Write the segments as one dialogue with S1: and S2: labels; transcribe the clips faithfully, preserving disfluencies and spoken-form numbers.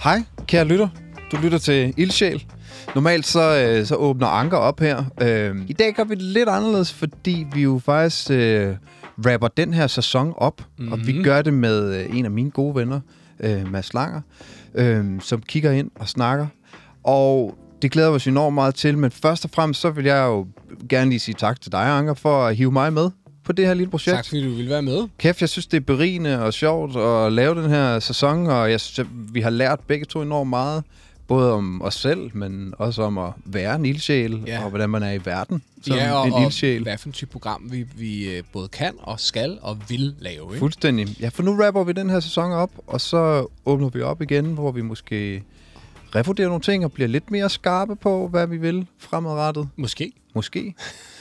S1: Hej, kære lytter. Du lytter til Ildsjæl. Normalt så, øh, så åbner Anker op her. Øh, I dag gør vi det lidt anderledes, fordi vi jo faktisk øh, rapper den her sæson op. Mm-hmm. Og vi gør det med øh, en af mine gode venner, øh, Mads Langer, øh, som kigger ind og snakker. Og det glæder vi os enormt meget til. Men først og fremmest så vil jeg jo gerne lige sige tak til dig, Anker, for at hive mig med på det her lille projekt.
S2: Tak fordi du vil være med.
S1: Kæft, jeg synes, det er berigende og sjovt at lave den her sæson, og jeg synes, at vi har lært begge to enormt meget. Både om os selv, men også om at være en ildsjæl, ja. Og hvordan man er i verden som
S2: ja, og,
S1: en ildsjæl.
S2: Og hvad for en type program vi, vi både kan og skal og vil lave. Ikke?
S1: Fuldstændig. Ja, for nu rapper vi den her sæson op, og så åbner vi op igen, hvor vi måske revurderer nogle ting og bliver lidt mere skarpe på, hvad vi vil fremadrettet.
S2: Måske.
S1: Måske.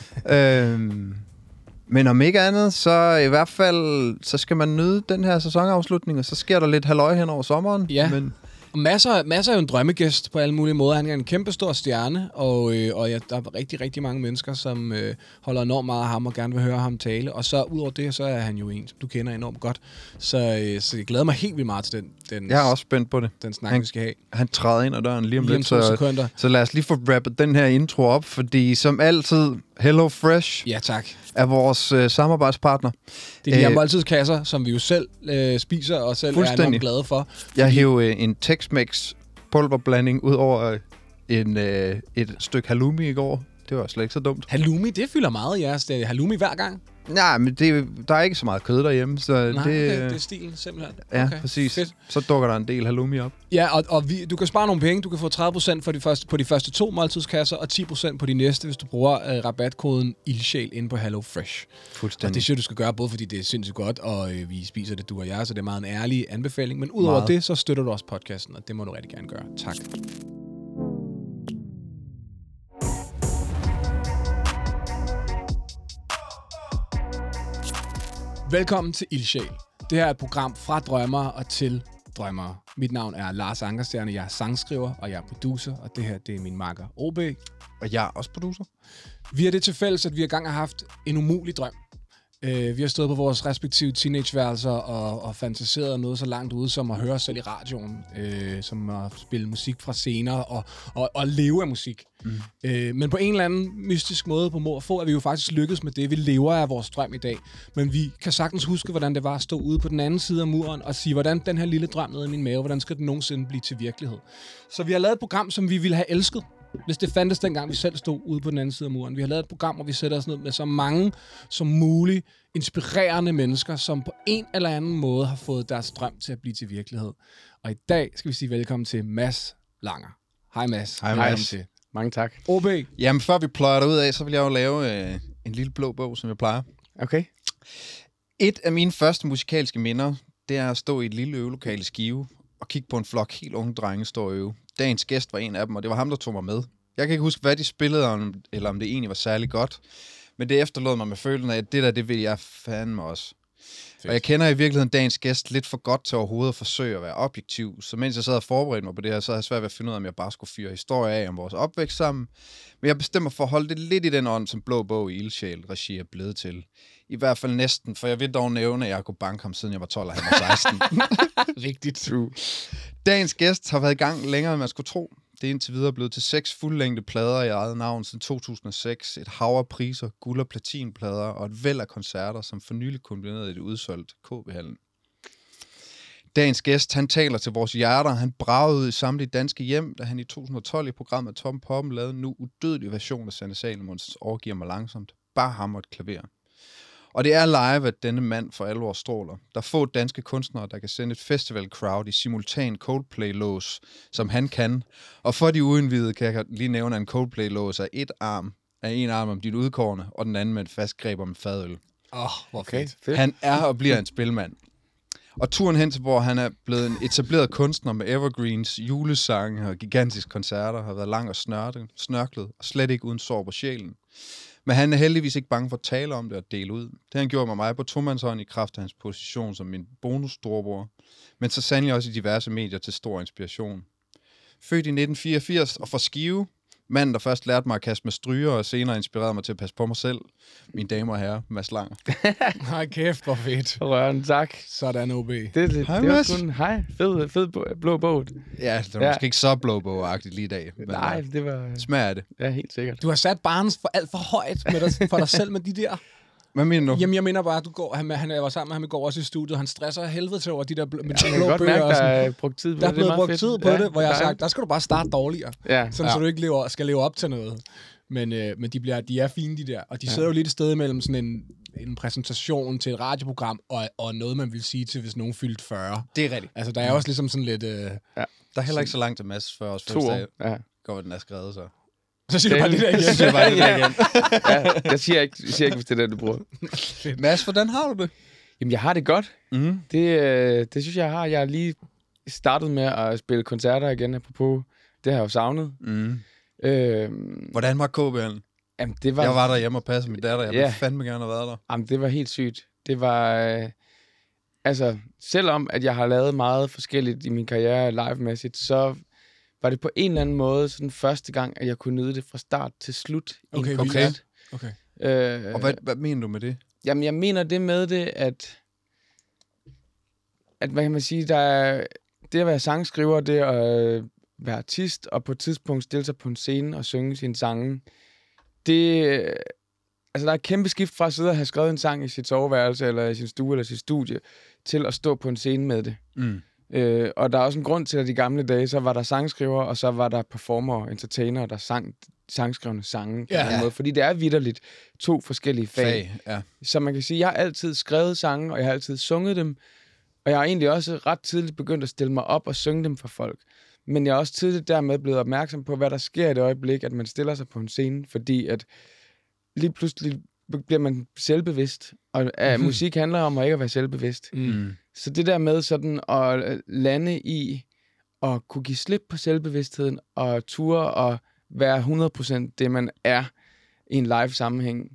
S1: øhm, men om ikke andet, så i hvert fald, så skal man nyde den her sæsonafslutning, og så sker der lidt halløj hen over sommeren.
S2: Ja.
S1: Men
S2: Og Masser, Masser er jo en drømmegæst på alle mulige måder. Han er en kæmpe stor stjerne, og, øh, og ja, der er rigtig, rigtig mange mennesker, som øh, holder enormt meget af ham og gerne vil høre ham tale. Og så ud over det, så er han jo en, som du kender enormt godt. Så, øh, så jeg glæder mig helt vildt meget til den, den,
S1: jeg er også spændt på det.
S2: Den snak,
S1: han,
S2: vi skal have.
S1: Han træder ind ad døren lige om
S2: lige
S1: lidt,
S2: så,
S1: så lad os lige få rappet den her intro op, fordi som altid, Hello Fresh
S2: ja, tak.
S1: er vores øh, samarbejdspartner.
S2: Det er de her måltidskasser, som vi jo selv øh, spiser og selv er enormt glade for.
S1: Jeg hæver øh, en Tex-Mex pulverblanding ud over en, øh, et stykke halloumi i går. Det var slet ikke så dumt.
S2: Halloumi, det fylder meget i jeres. Det er halloumi hver gang?
S1: Nej, men det, der er ikke så meget kød derhjemme, så
S2: Nej,
S1: det...
S2: okay, det er stilen simpelthen.
S1: Ja,
S2: okay,
S1: præcis.
S2: Fedt.
S1: Så dukker der en del halloumi op.
S2: Ja, og, og vi, du kan spare nogle penge. Du kan få tredive procent for de første, på de første to måltidskasser, og ti procent på de næste, hvis du bruger øh, rabatkoden ildsjæl inde på HelloFresh.
S1: Fuldstændig.
S2: Og det synes du skal gøre, både fordi det er sindssygt godt, og øh, vi spiser det, du og jeg, så det er meget en ærlig anbefaling. Men udover det, så støtter du også podcasten, og det må du rigtig gerne gøre. Tak. Velkommen til Ildsjæl. Det her er et program fra drømmere og til drømmere. Mit navn er Lars Ankerstjerne, jeg er sangskriver, og jeg er producer, og det her det er min makker O B.
S1: Og jeg er også producer.
S2: Vi har det til fælles, at vi engang har haft en umulig drøm. Uh, vi har stået på vores respektive teenageværelser og, og fantaseret noget så langt ude, som at høre os selv i radioen, uh, som at spille musik fra scener og, og, og leve af musik. Mm. Uh, men på en eller anden mystisk måde på mor og få, er vi jo faktisk lykkedes med det. Vi lever af vores drøm i dag, men vi kan sagtens huske, hvordan det var at stå ude på den anden side af muren og sige, hvordan den her lille drøm nede i min mave, hvordan skal den nogensinde blive til virkelighed. Så vi har lavet et program, som vi ville have elsket, hvis det fandtes dengang, vi selv stod ude på den anden side af muren. Vi har lavet et program, hvor vi sætter os ned med så mange som muligt inspirerende mennesker, som på en eller anden måde har fået deres drøm til at blive til virkelighed. Og i dag skal vi sige velkommen til Mads Langer. Hej Mads.
S1: Hej Mads.
S2: Til.
S3: Mange tak.
S2: O B.
S1: Jamen før vi pløjer ud af, så vil jeg jo lave øh, en lille blå bog, som jeg plejer.
S3: Okay.
S1: Et af mine første musikalske minder, det er at stå i et lille øvelokale i Skive og kigge på en flok helt unge drenge stå og øve. Dagens gæst var en af dem, og det var ham, der tog mig med. Jeg kan ikke huske, hvad de spillede, om, eller om det egentlig var særlig godt. Men det efterlod mig med følelsen af, at det der, det vil jeg fandme også. Fedt. Og jeg kender i virkeligheden dagens gæst lidt for godt til overhovedet at forsøge at være objektiv. Så mens jeg sad og forberedte mig på det her, så havde jeg svært ved at finde ud af, om jeg bare skulle fyre historier af om vores opvækst sammen. Men jeg bestemmer for at holde det lidt i den ånd, som Blå Bog i Ildsjæl-regi er blevet til. I hvert fald næsten, for jeg vil dog nævne, at jeg kunne banke ham, siden jeg var tolv og han var seksten.
S2: Vigtigt.
S1: True. Dagens gæst har været i gang længere, end man skulle tro. Det er indtil videre blevet til seks fuldlængde plader i eget navn siden to tusind og seks, et hav af priser, guld- og platinplader og et væld af koncerter, som for nylig kulminerede i det udsolgte K B-hallen. Dagens gæst, han taler til vores hjerter. Han bragede ud i samtlige danske hjem, da han i to tusind og tolv i programmet Tom Poppen lavede en nu udødelig version af Sanne Salomonsen Overgiver mig langsomt. Bare ham og et klaver. Og det er live, at denne mand for alvor stråler. Der er få danske kunstnere, der kan sende et festival-crowd i simultan Coldplay-lås, som han kan. Og for de uindvidede kan jeg lige nævne, at en Coldplay-lås er et arm, er en arm om dit udkårne, og den anden med et fast greb om en fadøl.
S2: Åh, oh, hvor
S3: okay,
S2: fedt.
S3: fedt.
S1: Han er og bliver en spilmand. Og turen hen til, hvor han er blevet en etableret kunstner med evergreens, julesange og gigantiske koncerter, har været lang og snørklet, snørklet og slet ikke uden sår på sjælen. Men han er heldigvis ikke bange for at tale om det og dele ud. Det har han gjort med mig på tomandshånd i kraft af hans position som min bonus-storbror, men så sandelig også i diverse medier til stor inspiration. Født i nitten fireogfirs og fra Skive, Manden, der først lærte mig at kaste med stryger, og senere inspirerede mig til at passe på mig selv. Mine damer og herrer, Mads Langer.
S2: Nej, kæft, hvor fedt.
S3: Røren, tak.
S2: Sådan, O B.
S3: Det, det,
S1: Hej,
S3: det var
S1: Mads.
S3: kun, hej, fed, fed blå bog.
S1: Ja, det var
S3: Ja.
S1: måske ikke så blowbow-agtigt lige i dag. Men
S3: Nej, det var...
S1: uh, smager af det.
S3: Ja, helt sikkert.
S2: Du har sat barnen for alt for højt med dig, for dig selv med de der.
S1: Hvad mener du?
S2: Jamen, jeg mener bare, at du går, han, han jeg var sammen med ham i går også i studiet, han stresser af helvede til over de der bl- med de
S3: Jeg kan
S2: blå
S3: godt
S2: bøger.
S3: mærke,
S2: og
S3: der
S2: sådan.
S3: er brugt tid på
S2: Der er
S3: det. Det er
S2: blevet
S3: meget
S2: brugt
S3: fedt.
S2: tid på
S3: Ja,
S2: det, hvor jeg har
S3: dejligt.
S2: sagt, der skal du bare starte dårligere.
S3: Ja,
S2: Sådan,
S1: Ja.
S2: så du ikke lever, skal leve op til noget. Men, øh, men de, bliver, de er fine, de der. Og de
S3: Ja.
S2: sidder jo lidt et sted mellem sådan en, en præsentation til et radioprogram, og, og noget, man vil sige til, hvis nogen fyldt fyrre.
S1: Det er rigtigt.
S2: Altså, der er også ligesom sådan lidt... Øh,
S1: Der er heller ikke så langt til Mads før os
S3: to
S1: fødselsdag.
S3: år. Ja.
S1: Går, hvad den er skrevet, så.
S2: så siger du bare det der igen.
S1: Så siger jeg bare det der igen.
S3: ja, jeg siger ikke, jeg siger ikke, hvis det er det, du bruger.
S1: Mads, hvordan har du det?
S3: Jamen, jeg har det godt.
S1: Mm.
S3: Det, øh, det synes jeg, jeg har. Jeg har lige startet med at spille koncerter igen, apropos. Det har jeg jo savnet.
S1: Mm.
S3: Øh,
S1: Hvordan var K B'en?
S3: jamen, det var,
S1: Jeg var derhjemme og passede min datter. Jeg ville
S3: Ja.
S1: fandme gerne have været der.
S3: jamen, det var helt sygt. Det var... Øh, altså, selvom at jeg har lavet meget forskelligt i min karriere live-mæssigt, så var det på en eller anden måde sådan første gang, at jeg kunne nyde det fra start til slut. i en
S2: Okay,
S3: koncert.
S2: Okay.
S3: Øh,
S1: Og hvad, hvad mener du med det?
S3: Jamen, jeg mener det med det, at... At, hvad kan man sige, der er... Det at være sangskriver, det at øh, være artist, og på et tidspunkt stille sig på en scene og synge sine sange, det... øh, Altså, der er et kæmpe skift fra at sidde og have skrevet en sang i sit soveværelse, eller i sin stue, eller sit studie, til at stå på en scene med det.
S1: Mm.
S3: Øh, og der er også en grund til, at i gamle dage, så var der sangskriver, og så var der performer og entertainer, der sang sangskrivende sange på
S2: Ja.
S3: en eller anden måde. Fordi det er vitterligt to forskellige fag.
S1: Fag, ja.
S3: Så man kan sige, at jeg har altid skrevet sange, og jeg har altid sunget dem. Og jeg har egentlig også ret tidligt begyndt at stille mig op og synge dem for folk. Men jeg er også tidligt dermed blevet opmærksom på, hvad der sker i det øjeblik, at man stiller sig på en scene, fordi at lige pludselig bliver man selvbevidst. Og uh, musik handler om at ikke at være selvbevidst.
S1: Mm.
S3: Så det der med sådan at lande i at kunne give slip på selvbevidstheden og ture og være hundrede procent det, man er i en live-sammenhæng.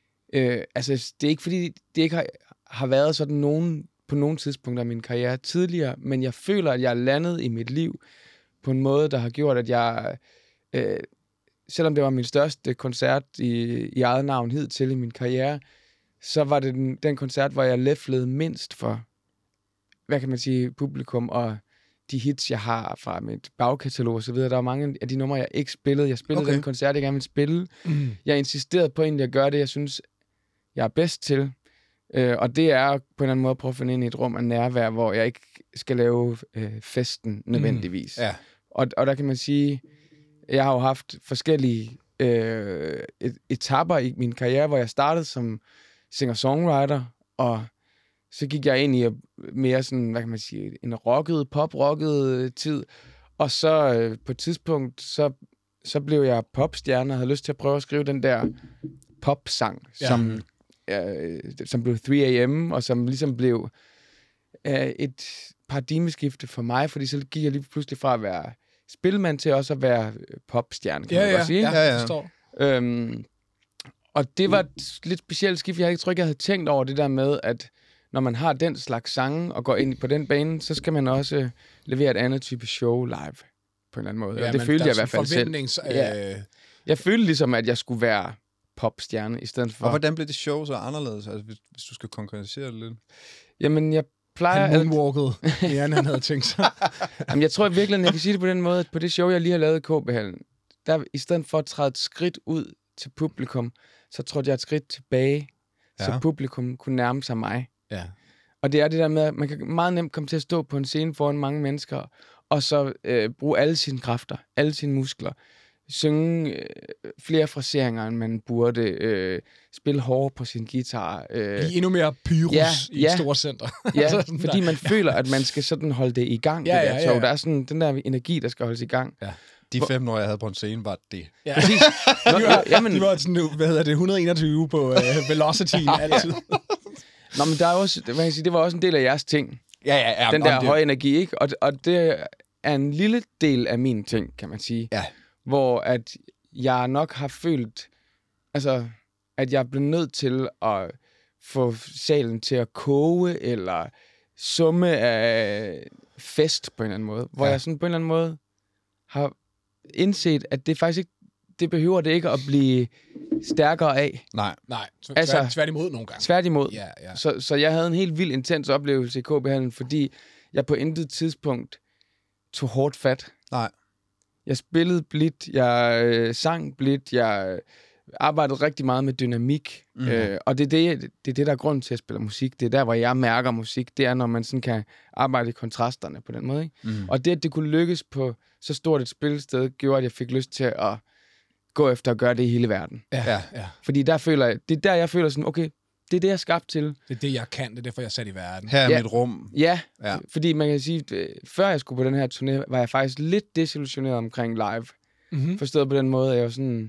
S3: Øh, altså, det er ikke fordi, det ikke har, har været sådan nogen, på nogle tidspunkter af min karriere tidligere, men jeg føler, at jeg er landet i mit liv på en måde, der har gjort, at jeg, øh, selvom det var min største koncert i, i eget navn hidtil i min karriere, så var det den, den koncert, hvor jeg læflede mindst for, hvad kan man sige, publikum og de hits, jeg har fra mit bagkatalog og så videre. Der er mange af de numre, jeg ikke spillede. Jeg spillede
S1: Okay.
S3: den koncert, jeg gerne ville spille.
S2: Mm.
S3: Jeg insisterede på egentlig at gøre det, jeg synes, jeg er bedst til. Øh, og det er på en eller anden måde at prøve at finde ind i et rum af nærvær, hvor jeg ikke skal lave øh, festen nødvendigvis.
S1: Ja.
S3: Og, og der kan man sige, jeg har jo haft forskellige øh, et, etapper i min karriere, hvor jeg startede som singer-songwriter, og så gik jeg ind i mere sådan, hvad kan man sige, en rocket, pop-rocket tid, og så øh, på et tidspunkt, så, så blev jeg popstjerne og havde lyst til at prøve at skrive den der popsang,
S2: Ja.
S3: som, øh, som blev tre a m, og som ligesom blev øh, et paradigmeskifte for mig, fordi så gik jeg lige pludselig fra at være spilmand til også at være popstjerne, kan
S2: Ja,
S3: man
S2: ja,
S3: godt sige.
S2: ja,
S1: Ja, ja.
S2: jeg forstår.
S3: Øhm, og det var et lidt specielt skift. Jeg tror ikke, jeg havde tænkt over det der med, at når man har den slags sange og går ind på den bane, så skal man også levere et andet type show live på en eller anden måde. Ja, og det
S2: men
S3: følte
S2: der
S3: jeg i
S2: er
S3: hvert fald
S2: sådan
S3: selv.
S2: forventnings-
S3: Ja.
S2: øh,
S3: Jeg følte ligesom, at jeg skulle være popstjerne i stedet for...
S1: Og hvordan blev det show så anderledes, altså, hvis, hvis du skal konkretisere det lidt?
S3: Jamen, jeg plejer...
S2: Han
S3: at-
S2: moonwalkede mere, end han havde tænkt sig.
S3: Jamen, jeg tror i virkeligheden, jeg kan sige det på den måde, at på det show, jeg lige har lavet i K B-hallen, der i stedet for at træde et skridt ud til publikum, så trådte jeg et skridt tilbage, ja. så
S1: Ja.
S3: publikum kunne nærme sig mig.
S2: Ja.
S3: Og det er det der med, at man kan meget nemt komme til at stå på en scene foran mange mennesker, og så øh, bruge alle sine kræfter, alle sine muskler, synge øh, flere fraseringer, end man burde, øh, spille hårdere på sin guitar. Øh,
S2: Blive endnu mere pyrus
S3: Ja,
S2: i et
S3: ja.
S2: stort center.
S3: ja,
S2: Altså sådan
S3: fordi
S2: der.
S3: man føler, at man skal sådan holde det i gang.
S2: Ja,
S3: det der
S2: ja,
S3: show.
S2: ja.
S3: Der er sådan den der energi, der skal holdes i gang.
S1: De fem år, jeg havde på en scene, var det.
S2: Ja.
S3: Præcis. Nå,
S2: De var,
S3: jamen,
S2: de var sådan, hvad hedder det, et hundrede og enogtyve på uh, velocity altid.
S3: nå, men der er også, hvad kan jeg sige, det var også en del af jeres ting.
S1: Ja, ja, ja.
S3: Den der høje energi, ikke? Og, og det er en lille del af min ting, kan man sige.
S1: Ja.
S3: Hvor at jeg nok har følt, altså, at jeg er blevet nødt til at få salen til at koge, eller summe af fest på en eller anden måde. Hvor
S1: Ja.
S3: jeg sådan på en eller anden måde har indset, at det er faktisk ikke det behøver det ikke at blive stærkere af.
S1: Nej.
S2: Nej, så
S3: Altså-
S2: tvært, tværtimod nogle gange.
S3: Tværtimod.
S2: Ja, ja.
S3: Så, så jeg havde en helt vild intens oplevelse i K B-hallen, fordi jeg på intet tidspunkt tog hårdt fat.
S1: Nej.
S3: Jeg spillede blidt, jeg øh, sang blidt, jeg arbejdede rigtig meget med dynamik.
S1: Mhm.
S3: Mm. Øh, og det er det, det er det, der er grund til at spille musik. Det er der, hvor jeg mærker musik. Det er, når man sådan kan arbejde i kontrasterne på den måde. Ikke?
S1: Mm.
S3: Og det, at det kunne lykkes på så stort et spilsted, gjorde, at jeg fik lyst til at gå efter at gøre det i hele verden.
S2: Ja,
S1: Ja.
S2: ja.
S3: Fordi der føler jeg, det er der, jeg føler sådan, okay, det er det, jeg er skabt til.
S2: Det er det, jeg kan. Det er derfor, jeg er sat i verden.
S1: Her er
S3: Ja.
S1: mit rum.
S3: Ja,
S1: Ja.
S3: fordi man kan sige, at, øh, før jeg skulle på den her turné, var jeg faktisk lidt desillusioneret omkring live.
S2: Mm-hmm.
S3: Forstået på den måde, at jeg var sådan,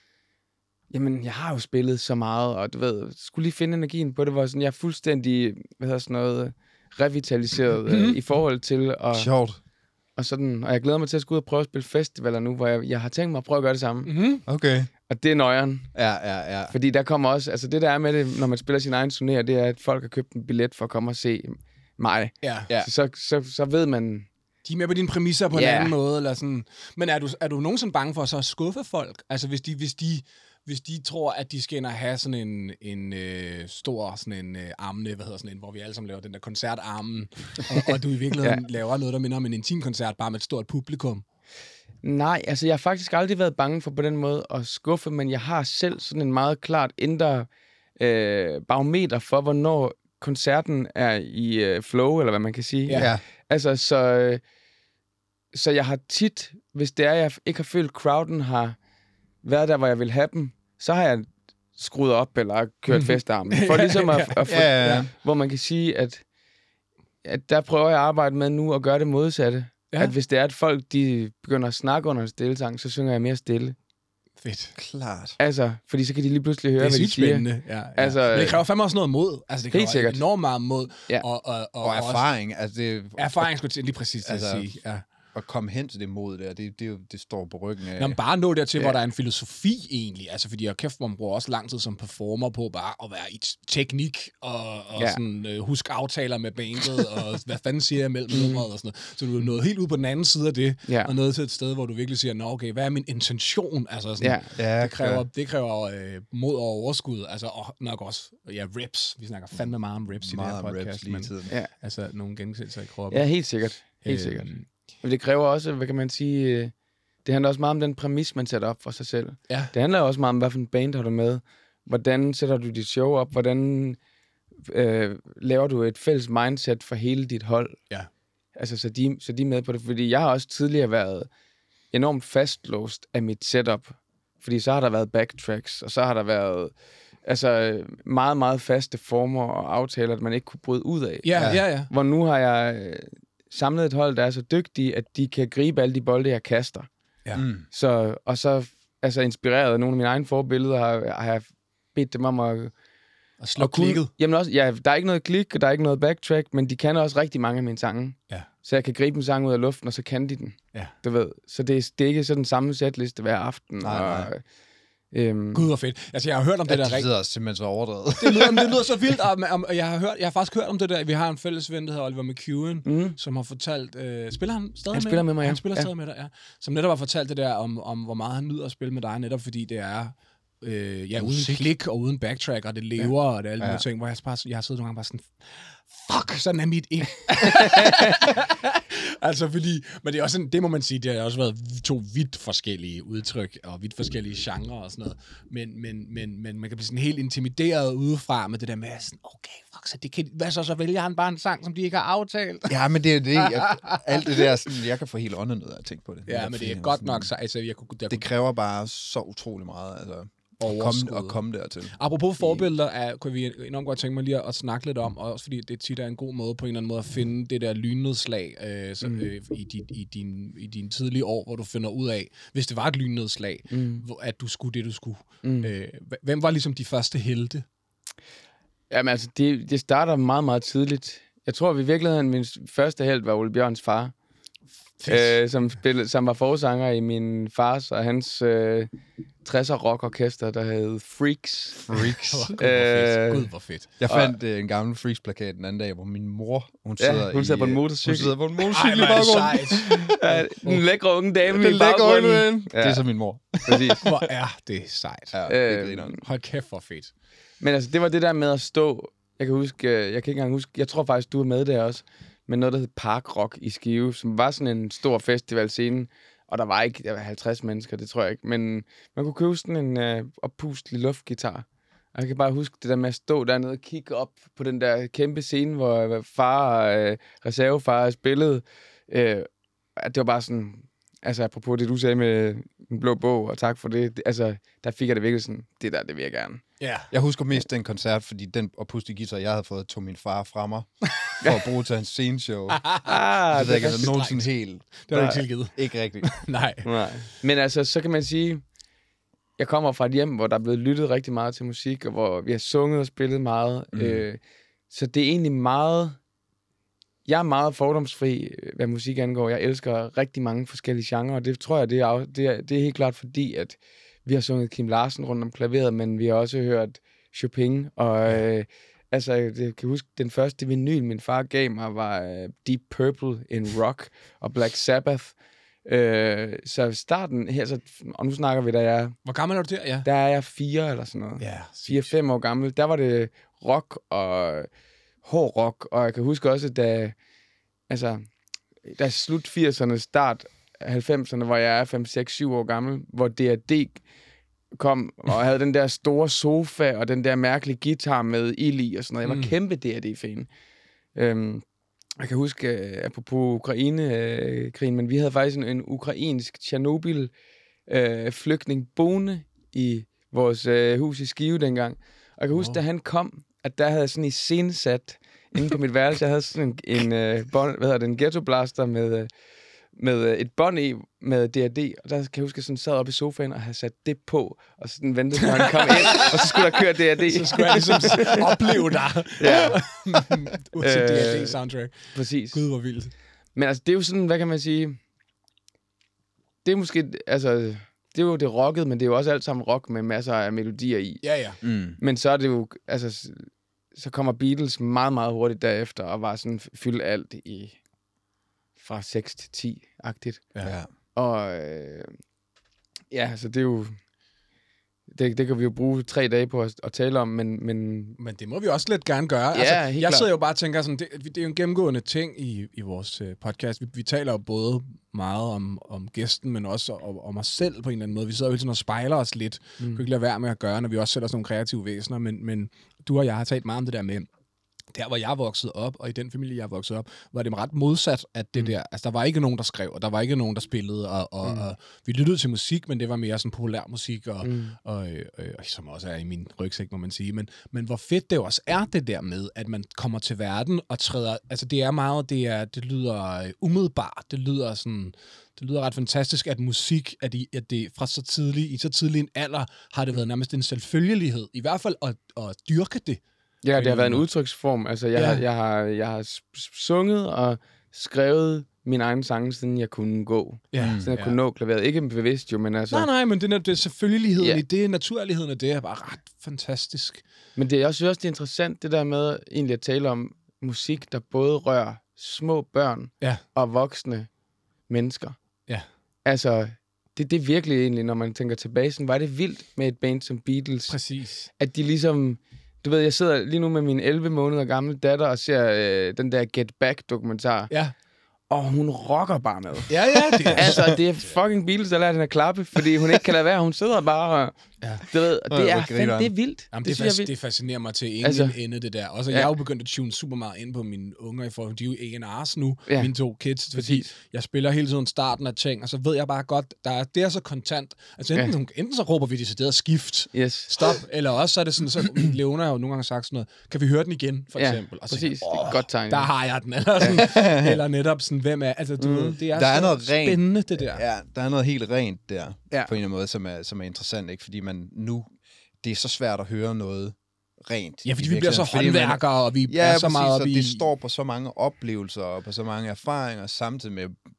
S3: jamen, jeg har jo spillet så meget, og du ved, skulle lige finde energien på det, hvor sådan, jeg er fuldstændig, hvad hedder sådan noget, revitaliseret øh, i forhold til, og,
S1: Sjovt.
S3: og sådan, og jeg glæder mig til at skulle ud og prøve at spille festivaler nu, hvor jeg, jeg har tænkt mig at prøve at gøre det samme.
S2: Mm-hmm.
S1: Okay.
S3: Og det er nøjeren,
S1: Ja, ja, ja.
S3: fordi der kommer også, altså det der er med det, når man spiller sin egen turné, det er, at folk har købt en billet for at komme og se mig.
S2: Ja.
S1: Ja.
S3: Så, så, så, så ved man,
S2: De er med på dine præmisser på en
S3: Ja.
S2: anden måde. Eller sådan. Men er du, er du nogensinde bange for så at skuffe folk? Altså hvis de, hvis de, hvis de tror, at de skal ind og have sådan en, en øh, stor sådan en øh, armene, hvad hedder sådan en, hvor vi alle sammen laver den der koncertarmen, og, og du i virkeligheden ja. laver noget, der minder om en intimkoncert, bare med et stort publikum.
S3: nej, altså jeg har faktisk aldrig været bange for på den måde at skuffe, men jeg har selv sådan en meget klart indre øh, barometer for, hvornår koncerten er i øh, flow, eller hvad man kan sige.
S2: Ja.
S1: Ja.
S3: Altså, så, øh, så jeg har tit, hvis det er, jeg ikke har følt, crowden har været der, hvor jeg vil have dem, så har jeg skruet op eller kørt festarmen. For ligesom at, at få,
S1: Ja, ja, ja.
S3: hvor man kan sige, at, at der prøver jeg at arbejde med nu at gøre det modsatte.
S2: Ja.
S3: Ja. At hvis det er, at folk de begynder at snakke under en stillesang, så synger jeg mere stille.
S2: Fedt.
S1: Klart.
S3: Altså, fordi så kan de lige pludselig høre,
S2: Det er
S3: hvad de
S2: sygt
S3: siger.
S2: spændende. Ja, ja.
S3: Altså,
S2: Men det kræver fandme også noget mod. Altså, det kræver
S3: Helt sikkert.
S2: enormt meget mod.
S3: Ja.
S2: Og, og, og,
S1: Og erfaring. Altså, det,
S2: Også, erfaring skulle jeg til lige præcis til
S1: Altså,
S2: at sige. Ja.
S1: at komme hen til det mod der, det, det, det står på ryggen af...
S2: Nå, men bare nå dertil,
S1: Ja.
S2: hvor der er en filosofi egentlig. Altså, fordi jeg kæft, man bruger også lang tid som performer på bare at være i t- teknik og, og
S3: Ja.
S2: sådan, øh, husk aftaler med bandet, og hvad fanden siger jeg mellem nummeret og sådan noget. Så du er nået helt ud på den anden side af det,
S3: Ja.
S2: og nået til et sted, hvor du virkelig siger, nå okay, hvad er min intention? Altså, sådan,
S3: Ja.
S1: Ja,
S2: det kræver, det kræver øh, mod og overskud, altså, og nok også, ja, rips. Vi snakker fandme meget om rips i det
S1: meget
S2: her
S1: om
S2: podcast,
S1: raps lige
S2: men
S1: i tiden.
S3: Ja.
S2: altså, nogle gensættelser i kroppen.
S3: Ja, helt sikkert. Helt
S2: Øhm,
S3: sikkert. Men det kræver også, hvad kan man sige, øh, det handler også meget om den præmis, man sætter op for sig selv.
S2: Ja.
S3: Det handler også meget om, hvad for en band har du med. Hvordan sætter du dit show op? Hvordan øh, laver du et fælles mindset for hele dit hold?
S2: Ja.
S3: Altså, så de, så de er med på det. Fordi jeg har også tidligere været enormt fastlåst af mit setup. Fordi så har der været backtracks, og så har der været altså, meget, meget faste former og aftaler, at man ikke kunne bryde ud af.
S2: Ja, ja, ja.
S3: Hvor nu har jeg øh, samlet et hold, der er så dygtige, at de kan gribe alle de bolde, jeg kaster.
S2: Ja.
S1: Mm.
S3: Så, og så altså inspireret af nogle af mine egne forbilleder, har, har jeg bedt dem om at...
S2: Og slå
S3: at kunne-
S2: klikket.
S3: Jamen også, ja, der er ikke noget klik, og der er ikke noget backtrack, men de kan også rigtig mange af mine sange.
S2: Ja.
S3: Så jeg kan gribe en sang ud af luften, og så kan de den.
S2: Ja.
S3: Du ved. Så det er, det er ikke sådan en samme setliste hver aften.
S1: Nej,
S3: og,
S1: nej.
S3: Øhm,
S2: Gud, hvor fedt. Altså, jeg har hørt om
S1: Ja,
S2: det der
S1: det
S2: rigtig...
S1: lyder simpelthen så overdrevet.
S2: Det lyder, det lyder så vildt, og, og, og jeg, har hørt, jeg har faktisk hørt om det der. Vi har en fælles ven, der hedder Oliver McEwen,
S3: mm,
S2: som har fortalt... Øh, spiller han stadig
S3: Han
S2: med
S3: spiller
S2: dig?
S3: med mig, ja.
S2: Han spiller
S3: Ja.
S2: stadig med dig, ja. Som netop har fortalt det der om, om, hvor meget han nyder at spille med dig, netop fordi det er... Øh, ja, uden
S1: Musik.
S2: klik og uden backtrack, og det lever, ja. og det er alle
S1: Ja.
S2: ja. ting, hvor jeg, bare, jeg har siddet nogle gange bare sådan, fuck, sådan er mit ikke. Altså fordi, men det er også sådan, det må man sige, det har også været to vidt forskellige udtryk, og vidt forskellige genrer og sådan noget, men, men, men, men man kan blive sådan helt intimideret udefra med det der med, sådan, okay, fuck, så det kan, hvad så, så vælger han bare en sang, som de ikke har aftalt.
S1: Ja, men det er det. Jeg, alt det der, sådan, jeg kan få helt ånden ud af at tænke på det.
S2: Ja, men det er godt nok, så altså, jeg kunne, jeg
S1: Det
S2: kunne
S1: kræver bare så utrolig meget, altså, at
S2: overskud.
S1: komme, at komme dertil.
S2: Apropos forbilleder, er, kunne vi enormt godt tænke mig lige at snakke lidt om, og også fordi det tit er en god måde på en eller anden måde at finde det der lynnedslag øh, så,
S3: Mm.
S2: øh, i, din, i, din, i dine tidlige år, hvor du finder ud af, hvis det var et lynnedslag,
S3: mm,
S2: hvor, at du skulle det, du skulle.
S3: mm.
S2: Øh, hvem var ligesom de første helte?
S3: Jamen altså, det, det starter meget, meget tidligt. Jeg tror, at i virkeligheden min første held var Ole Bjørns far. øh, som, spillede, som var forsanger i min fars og hans øh, tresser rockorkester, der hed Freaks.
S1: Freaks.
S2: Gud, hvor fedt.
S3: Øh,
S2: Gud, hvor fedt.
S1: Jeg fandt øh, en gammel Freaks-plakat den anden dag, hvor min mor, hun
S3: Ja,
S1: sidder,
S3: hun
S1: i,
S3: sidder på en
S1: øh,
S3: motorcykel.
S1: Hun sidder på en
S2: Ej,
S1: motorcykel i
S2: hvor er det
S1: baggrunden.
S2: sejt.
S3: Ja, den lækre unge dame
S1: Den
S3: i
S1: lækker
S3: baggrunden.
S1: øjne.
S3: Ja.
S1: Det er så min mor.
S3: Præcis.
S2: Hvor er det sejt.
S1: Ja, det
S3: Øh,
S1: griner.
S2: Hold kæft, hvor fedt.
S3: Men altså, det var det der med at stå... Jeg kan huske... Jeg kan ikke engang huske... Jeg tror faktisk, du var med der også. Men noget, der hed Park Rock i Skive, som var sådan en stor festivalscene. Og der var ikke der var halvtreds mennesker, det tror jeg ikke. Men man kunne købe sådan en øh, oppustelig luftgitar. Og jeg kan bare huske det der med at stå dernede og kigge op på den der kæmpe scene, hvor far og øh, reservefar spillede. Øh, det var bare sådan... Altså, apropos det, du sagde med en blå bog, og tak for det. Altså, der fik jeg det virkelig sådan, det der, det vil jeg gerne.
S2: Ja.
S1: Jeg husker mest den koncert, fordi den oppustlige guitar, jeg havde fået, tog min far fra mig for at bruge til hans sceneshow.
S3: Ah,
S1: det er ikke
S2: rigtig
S1: nogensinde
S2: strengt.
S1: helt.
S2: Det har du ikke tilgivet.
S1: Ikke rigtigt.
S2: Nej.
S3: Nej. Men altså, så kan man sige, jeg kommer fra et hjem, hvor der er blevet lyttet rigtig meget til musik, og hvor vi har sunget og spillet meget. Mm. Øh, så det er egentlig meget... Jeg er meget fordomsfri, hvad musik angår. Jeg elsker rigtig mange forskellige genrer, og det tror jeg, det er, det er, det er helt klart fordi, at vi har sunget Kim Larsen rundt om klaveret, men vi har også hørt Chopin, og øh, altså, jeg kan huske, den første vinyl, min far gav mig, var øh, Deep Purple in rock og Black Sabbath. Øh, så starten her, så, og nu snakker vi, da jeg,
S2: Hvor gammel er du der? Ja.
S3: der er jeg fire eller sådan noget.
S2: Ja.
S3: fire-fem år gammel. Der var det rock og hård rock, og jeg kan huske også, da, altså, da slut firserne, start halvfemserne, hvor jeg er fem, seks, syv år gammel, hvor D R D kom og havde den der store sofa og den der mærkelige guitar med ild i og sådan noget. Jeg var
S2: Mm.
S3: kæmpe D R D-fan. Øhm, jeg kan huske, uh, apropos Ukraine-krigen, men vi havde faktisk en, en ukrainsk Tjernobyl-flygtning uh, boende i vores uh, hus i Skive dengang. Og jeg kan huske,
S2: Wow.
S3: da han kom, at der havde jeg sådan iscenesat inde på mit værelse. Jeg havde sådan en, en, uh, bånd, hvad hedder det, en ghetto-blaster med, uh, med uh, et bånd i med D R D. Og der kan jeg huske, at jeg sådan sad oppe i sofaen og havde sat det på, og sådan ventede, når han kom ind, og så skulle der køre D R D.
S2: Så skulle jeg ligesom opleve dig.
S3: Ja,
S2: Ud til
S3: Øh,
S2: D R D-soundtrack.
S3: præcis.
S2: Gud, hvor vildt.
S3: Men altså, det er jo sådan, hvad kan man sige... Det er måske, altså... Det er jo det rocket, men det er jo også alt sammen rock med masser af melodier i.
S2: Ja, ja.
S1: Mm.
S3: Men så er det jo, altså... s- Så kommer Beatles meget, meget hurtigt derefter, og var sådan fyldt alt i... Fra seks til ti-agtigt.
S1: Ja.
S3: Og... Øh, ja, så det er jo... Det, det kan vi jo bruge tre dage på at, at tale om, men... men
S2: Men det må vi også lidt gerne gøre.
S3: Ja,
S2: altså,
S3: helt
S2: jeg
S3: klart.
S2: sidder jo bare og tænker, sådan, det, det er jo en gennemgående ting i, i vores øh, podcast. Vi, vi taler jo både meget om, om gæsten, men også om, om os selv på en eller anden måde. Vi sidder jo hele tiden og spejler os lidt. Mm. Vi kan ikke lade være med at gøre, når vi også selv er sådan nogle kreative væsener. Men, men du og jeg har talt meget om det der med, der hvor jeg voksede op, og i den familie, jeg voksede op, var det ret modsat, at det mm. der, altså der var ikke nogen, der skrev, og der var ikke nogen, der spillede, og, og, mm. og vi lyttede til musik, men det var mere sådan populær musik, og, mm. og, øh, øh, som også er i min rygsæk, må man sige. Men, men hvor fedt det også er det der med, at man kommer til verden og træder, altså det er meget, det, er, det lyder øh, umiddelbart, det lyder sådan, det lyder ret fantastisk, at musik, at, I, at det fra så tidlig, i så tidlig en alder, har det været nærmest en selvfølgelighed, i hvert fald at, at dyrke det.
S3: ja, det har været en udtryksform. Altså, jeg,
S2: Ja.
S3: ja. har, jeg, har, jeg har s- sunget og skrevet min egen sange, siden jeg kunne gå.
S2: Ja,
S3: Siden jeg kunne nå klaveret. Ikke bevidst jo, men altså...
S2: Nej, nej, men det er, det er selvfølgeligheden
S3: Ja.
S2: i det, naturligheden af det, er bare ret fantastisk.
S3: Men det er også, også det er interessant, det der med egentlig at tale om musik, der både rører små børn
S2: Ja.
S3: og voksne mennesker.
S2: Ja.
S3: Altså, det, det er virkelig egentlig, når man tænker tilbage, sådan var det vildt med et band som Beatles.
S2: Præcis.
S3: At de ligesom... Du ved, jeg sidder lige nu med min elleve måneder gamle datter og ser øh, den der Get Back-dokumentar.
S2: Ja.
S3: Og hun rocker bare med.
S2: Ja, ja, det er
S3: Altså, det er fucking Beatles, der lærer hende at klappe, fordi hun ikke kan lade være. Hun sidder bare og...
S2: Ja.
S3: Du ved, og det
S1: hvor
S3: er,
S1: griner
S3: fandme,
S1: han.
S3: det er vildt.
S2: Jamen,
S3: det,
S2: det,
S3: synes
S2: det,
S3: jeg er
S2: det
S3: vildt.
S2: fascinerer mig til ingen
S3: Altså-
S2: altså, ende, det der. Også,
S3: Ja.
S2: jeg er jo begyndt at tune super meget ind på mine unger, i forhold til de er jo A and R's nu,
S3: Ja.
S2: ja. mine to kids, fordi
S3: Præcis.
S2: jeg spiller hele tiden starten af ting, og så ved jeg bare godt, der er, det er så kontant. Altså, enten, ja. enten så råber vi decideret skift,
S3: Yes.
S2: stop, eller også så er det sådan, så Leona har jo nogle gange sagt sådan noget, kan vi høre den igen, for
S3: Ja,
S2: eksempel? Og så
S3: præcis.
S2: tænker jeg,
S3: Det er et godt tegn.
S2: der har jeg den, eller, sådan, eller netop sådan, hvem er, altså du mm. ved, det er,
S1: Der er
S2: så
S1: noget rent.
S2: spændende, det der.
S1: Ja, der er noget helt rent der,
S3: Ja.
S1: på en eller anden måde, som er, som er interessant, ikke? Fordi man nu, det er så svært at høre noget rent.
S2: Ja, fordi
S1: i
S2: vi bliver så
S1: virkeligheden. Fordi man-
S2: håndværkere, og vi
S1: Ja,
S2: er så
S1: præcis,
S2: meget
S1: og
S2: oppe i...
S1: det står på så mange oplevelser og på så mange erfaringer, samtidig med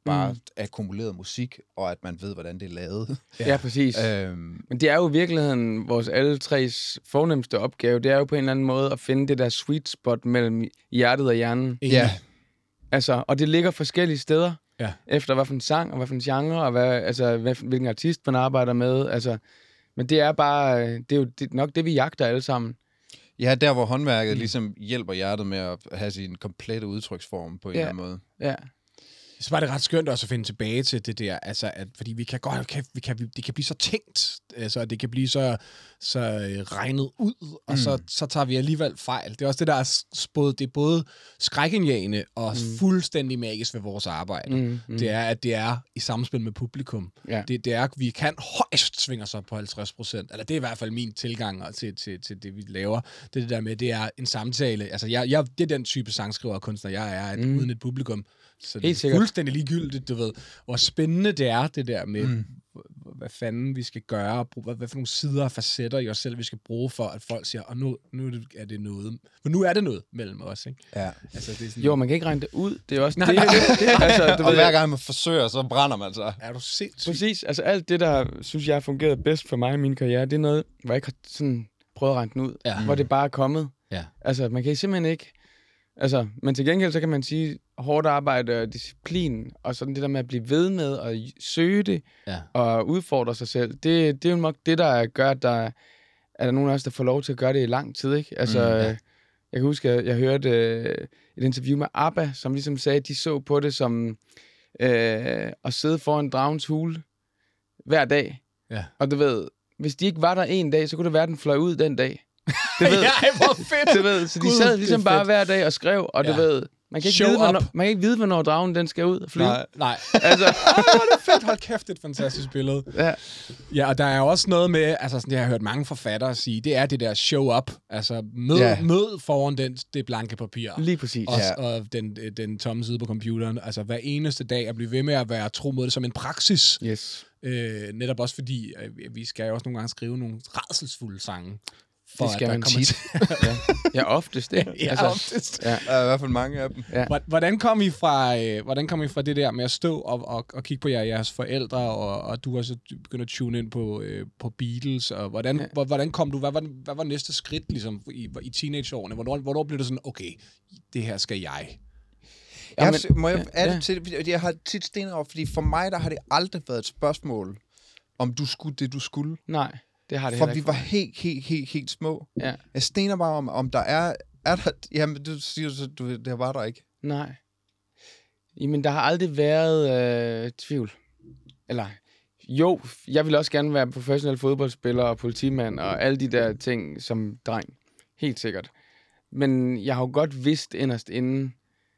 S1: bare
S3: Mm.
S1: akkumuleret musik, og at man ved, hvordan det er lavet.
S3: Ja, ja præcis.
S1: øhm,
S3: Men det er jo i virkeligheden vores alle tres fornemmeste opgave. Det er jo på en eller anden måde at finde det der sweet spot mellem hjertet og hjernen.
S1: ja,
S3: Altså, og det ligger forskellige steder.
S2: Ja.
S3: Efter hvad for en sang, og hvad for en genre, og hvad, altså, hvad, hvilken artist man arbejder med. Altså, men det er bare, det er jo det, nok det, vi jagter alle sammen.
S1: ja, der hvor håndværket
S2: Mm.
S1: ligesom hjælper hjertet med at have sin komplette udtryksform på en
S3: Ja.
S1: eller anden måde.
S3: Ja.
S2: Så var det ret skønt også at finde tilbage til det der, altså, at, fordi vi kan godt, kan, vi kan, det kan blive så tænkt, altså, det kan blive så, så øh, regnet ud, og
S1: Mm.
S2: så, så tager vi alligevel fejl. Det er også det, der er spået, det er både skrækindjagende og
S3: Mm.
S2: fuldstændig magisk ved vores arbejde.
S3: Mm, mm.
S2: Det er, at det er i samspil med publikum.
S3: Ja.
S2: Det, det er, at vi kan højst svinge os op på halvtreds procent. Eller det er i hvert fald min tilgang til, til, til det, vi laver. Det er det der med, det er en samtale. Altså, jeg, jeg, det er den type sangskriver og kunstner, jeg er, at
S3: Mm.
S2: uden et publikum. Så det
S3: Helt
S2: er
S3: sikkert.
S2: fuldstændig ligegyldigt, du ved, hvor spændende det er, det der med,
S1: Mm.
S2: mm. hvad fanden vi skal gøre, hvad, hvad for nogle sider og facetter i os selv, vi skal bruge for, at folk siger, og nu, nu er det noget. For nu er det noget mellem os, ikke?
S1: Ja.
S2: Altså, det er sådan,
S3: Jo, man kan ikke regne det ud. Det er også
S2: Nej,
S3: det.
S2: nej.
S3: det, det altså, du
S1: Og
S3: ved,
S1: hver gang man forsøger, så brænder man sig.
S2: er du sindssyg?
S3: præcis. Altså alt det, der synes jeg har fungeret bedst for mig i min karriere, det er noget, hvor jeg ikke har sådan prøvet at regne den ud.
S2: Ja.
S3: Hvor det bare er kommet.
S2: Ja.
S3: Altså, man kan simpelthen ikke... Altså, men til gengæld, så kan man sige, hårdt arbejde og disciplin, og sådan det der med at blive ved med at søge det,
S2: Ja.
S3: og udfordre sig selv, det, det er jo nok det, der gør, at der er der nogen af os, der får lov til at gøre det i lang tid, ikke? Altså,
S1: Mm,
S3: mm,
S1: ja.
S3: jeg kan huske, at jeg hørte øh, et interview med ABBA, som ligesom sagde, at de så på det som øh, at sidde foran dragens hule hver dag.
S2: Ja.
S3: Og du ved, hvis de ikke var der en dag, så kunne det være, at den fløj ud den dag. Det ved,
S2: Ja, hvor fedt!
S3: du ved, så de
S2: Gud,
S3: sad
S2: det er
S3: ligesom bare
S2: fedt.
S3: hver dag og skrev, og du
S2: Ja.
S3: ved, man kan, ikke
S2: Show
S3: vide, hvornår,
S2: up.
S3: man kan ikke vide, hvornår dragen den skal ud og flyve.
S1: Nej.
S2: Nej.
S3: Altså,
S2: Åh, hvor er det fedt. Hold kæft, det er et fantastisk billede.
S3: ja.
S2: Ja, og der er jo også noget med, altså sådan, det har jeg hørt mange forfattere sige, det er det der show up. Altså mød,
S1: Ja.
S2: mød foran den, det blanke papir.
S3: Lige præcis.
S2: Også,
S1: Ja.
S2: og den, den tomme side på computeren. Altså hver eneste dag at blive ved med at være tro mod det som en praksis.
S3: Yes.
S2: Øh, netop også fordi, øh, vi skal jo også nogle gange skrive nogle rædselsfulde sange. For
S3: Det skal
S2: at der
S3: man
S2: kommer
S3: tit.
S2: til-
S3: ja. ja, oftest det.
S2: ja,
S3: altså,
S2: oftest.
S3: ja.
S1: Der er i hvert fald mange af dem.
S2: Hvor- Hvordan kom I fra, øh, hvordan kom I fra det der med at stå og, og, og kigge på jer, jeres forældre, og, og du var så begyndt at tune ind på, øh, på Beatles, og hvordan,
S3: Ja.
S2: ja. hvordan kom du, hvad var, hvad var næste skridt ligesom, i, i teenageårene? Hvornår, hvornår blev det sådan, okay, det her skal jeg?
S1: Jeg har,
S3: men-
S1: må jeg,
S3: ja,
S1: er det
S3: ja.
S1: til, fordi jeg har tit stenet over, fordi for mig, der har det aldrig været et spørgsmål, om du skulle det, du skulle.
S3: Nej, det har det
S1: For
S3: heller
S1: vi
S3: ikke.
S1: var helt, helt, helt, helt små.
S3: Ja.
S1: Jeg stener bare om, om der er... er der, jamen, du siger så, du, det var der ikke.
S3: Nej. Jamen, der har aldrig været øh, tvivl. Eller, jo, jeg vil også gerne være professionel fodboldspiller og politimand og alle de der ting som dreng. Helt sikkert. Men jeg har jo godt vidst inderst inden,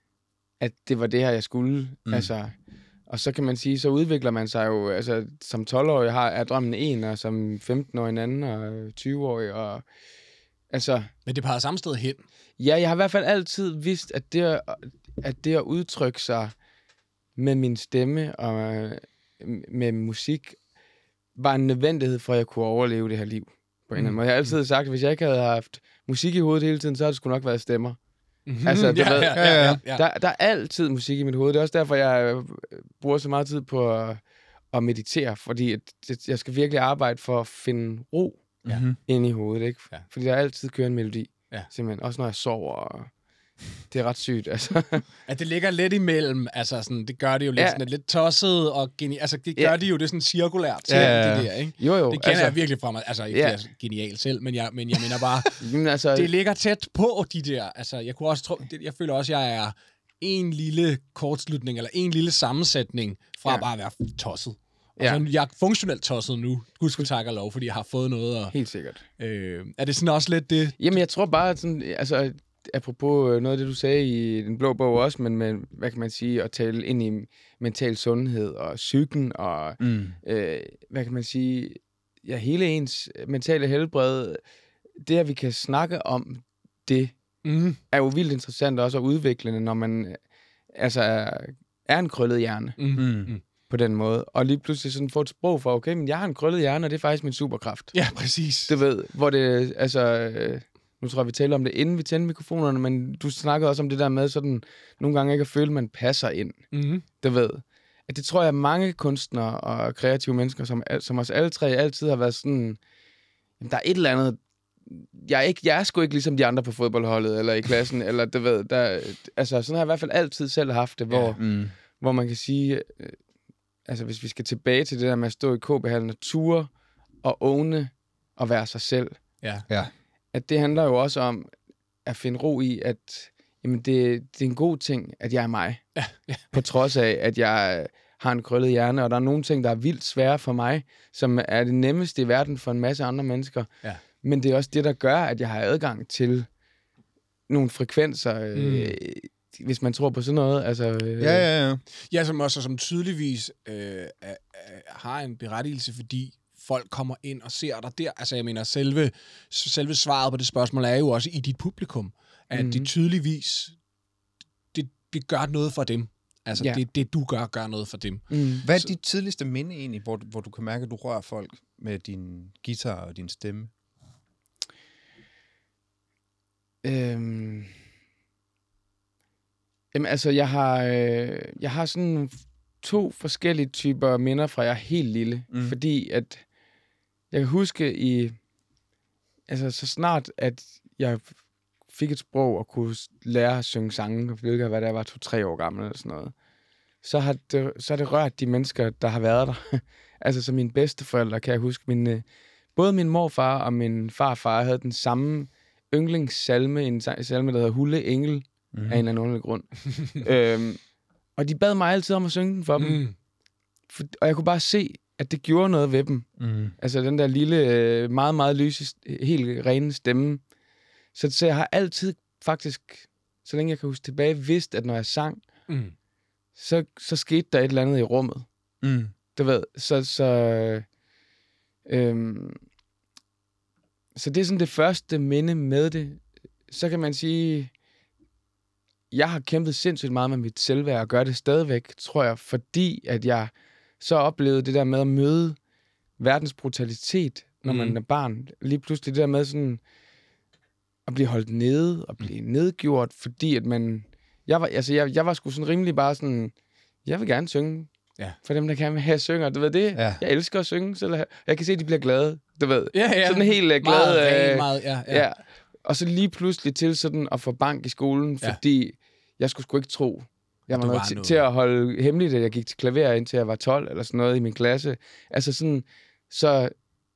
S3: at det var det her, jeg skulle.
S1: Mm.
S3: Mm. Altså, og så kan man sige, så udvikler man sig jo, altså som tolv-årig har er drømmen en, og som femten-årig en anden, og tyve-årig, og altså...
S2: Men det pegede samme sted hen.
S3: Ja, jeg har i hvert fald altid vidst, at det at, at, det at udtrykke sig med min stemme og øh, med musik, var en nødvendighed for, at jeg kunne overleve det her liv på en eller anden måde. Jeg har altid sagt, at hvis jeg ikke havde haft musik i hovedet hele tiden, så havde det sgu nok været stemmer.
S2: Mm-hmm.
S3: Altså, du
S2: ja,
S3: ved-
S2: ja, ja, ja, ja.
S3: Der, der er altid musik i mit hoved. Det er også derfor, jeg øh, bruger så meget tid på at, at meditere, fordi at, det- jeg skal virkelig arbejde for at finde ro
S2: Ja.
S1: Mm-hmm.
S3: ind i hovedet, ikke?
S2: Ja.
S3: Fordi der altid kører en melodi.
S2: Ja.
S3: Simpelthen. Også når jeg sover. Og det er ret sygt, altså.
S2: At det ligger lidt imellem, altså sådan, det gør det jo lidt,
S3: Ja.
S2: sådan, lidt tosset og geni- altså det gør
S3: Ja.
S2: det jo, det er sådan cirkulært til
S1: Ja, ja, ja.
S2: det der, ikke?
S3: Jo, jo.
S2: Det kender altså, jeg virkelig fra mig, altså ikke,
S3: Ja.
S2: ja. jeg er genial selv, men jeg, men jeg mener bare,
S3: Jamen, altså,
S2: det ligger tæt på de der, altså jeg kunne også tro, det, jeg føler også, jeg er en lille kortslutning, eller en lille sammensætning fra
S3: Ja.
S2: ja. bare at være tosset. Og
S3: Ja.
S2: så, jeg er funktionelt tosset nu, gudskelov tak og lov, fordi jeg har fået noget, og,
S3: helt sikkert.
S2: øh, er det sådan også lidt det?
S3: Jamen, jeg tror bare, at sådan, altså, apropos øh, noget af det, du sagde i Den Blå Bog også, men med, hvad kan man sige, at tale ind i mental sundhed og psyken og,
S1: Mm.
S3: øh, hvad kan man sige, ja, hele ens mentale helbred, det at vi kan snakke om det,
S2: Mm.
S3: er jo vildt interessant også og udviklende, når man øh, altså er, er en krøllet hjerne
S2: Mm.
S1: Mm.
S2: Mm.
S3: på den måde, og lige pludselig sådan få et sprog for, okay, men jeg har en krøllet hjerne, og det er faktisk min superkraft.
S2: Ja, præcis.
S3: Du ved, hvor det, altså, øh, nu tror jeg, vi taler om det, inden vi tændte mikrofonerne, men du snakkede også om det der med sådan, nogle gange ikke at føle, at man passer ind.
S2: Mm.
S3: Du ved, at det tror jeg, mange kunstnere og kreative mennesker, som, som os alle tre, altid har været sådan, jamen, der er et eller andet, jeg er, ikke, jeg er sgu ikke ligesom de andre på fodboldholdet, eller i klassen, eller du ved, der, altså sådan har jeg i hvert fald altid selv haft det, hvor,
S1: Ja. Mm.
S3: hvor man kan sige, øh, altså hvis vi skal tilbage til det der med at stå i K B-hallen og ture og åne og være sig selv,
S2: Ja.
S1: Ja.
S3: at det handler jo også om at finde ro i, at jamen det, det er en god ting, at jeg er mig.
S2: Ja, ja.
S3: På trods af, at jeg har en krøllet hjerne, og der er nogle ting, der er vildt svære for mig, som er det nemmeste i verden for en masse andre mennesker.
S2: Ja.
S3: Men det er også det, der gør, at jeg har adgang til nogle frekvenser, mm. øh, hvis man tror på sådan noget. Altså, øh,
S1: Ja, ja, ja.
S2: Ja, som også som tydeligvis øh, er, er, har en berettigelse, fordi folk kommer ind og ser dig der. Altså, jeg mener, selve, selve svaret på det spørgsmål er jo også i dit publikum, at mm. det tydeligvis, det, det gør noget for dem. Altså,
S3: ja.
S2: det, det du gør, gør noget for dem.
S3: Mm.
S1: Hvad er dit tidligste minde egentlig, hvor, hvor du kan mærke, at du rører folk med din guitar og din stemme?
S3: Øhm... Jamen, altså, jeg har, øh, jeg har sådan to forskellige typer minder fra jeg er helt lille. Mm. Fordi at jeg kan huske i... Altså, så snart, at jeg fik et sprog og kunne lære at synge sange, hvilket hvad det var, to-tre år gammel eller sådan noget, så har det, så har det rørt de mennesker, der har været der. Altså, som mine bedsteforældre, kan jeg huske. Min, både min morfar og min farfar havde den samme yndlingssalme, en salme, der hedder Hulle Engel, mm. af en eller anden underlig grund. øhm, og de bad mig altid om at synge den for dem.
S2: Mm.
S3: For, og jeg kunne bare se, at det gjorde noget ved dem.
S1: Mm.
S3: Altså den der lille, meget, meget lyse, helt rene stemme. Så, så jeg har altid faktisk, så længe jeg kan huske tilbage, vidst, at når jeg sang,
S2: Mm.
S3: så, så skete der et eller andet i rummet.
S1: Mm.
S3: Du ved, så... så øhm, så det er sådan det første minde med det. Så kan man sige, jeg har kæmpet sindssygt meget med mit selvværd, og gør det stadigvæk, tror jeg, fordi at jeg så oplevede det der med at møde verdens brutalitet, når mm. man er barn. Lige pludselig det der med sådan at blive holdt nede, og blive mm. nedgjort, fordi at man... Jeg var, altså, jeg, jeg var sgu sådan rimelig bare sådan, jeg vil gerne synge.
S2: Ja.
S3: For dem, der kan have synger, du ved det.
S1: Ja.
S3: Jeg elsker at synge, så jeg kan se, at de bliver glade, du ved.
S2: Ja, ja.
S3: Sådan helt uh, glade.
S2: Meget ren,
S3: uh,
S2: meget, ja, ja.
S3: ja. Og så lige pludselig til sådan at få bank i skolen,
S2: Ja.
S3: fordi jeg skulle sgu ikke tro, jeg var,
S2: var
S3: noget til,
S2: noget.
S3: til at holde hemmeligt, at jeg gik til klaver, indtil jeg var tolv, eller sådan noget i min klasse. Altså sådan, så,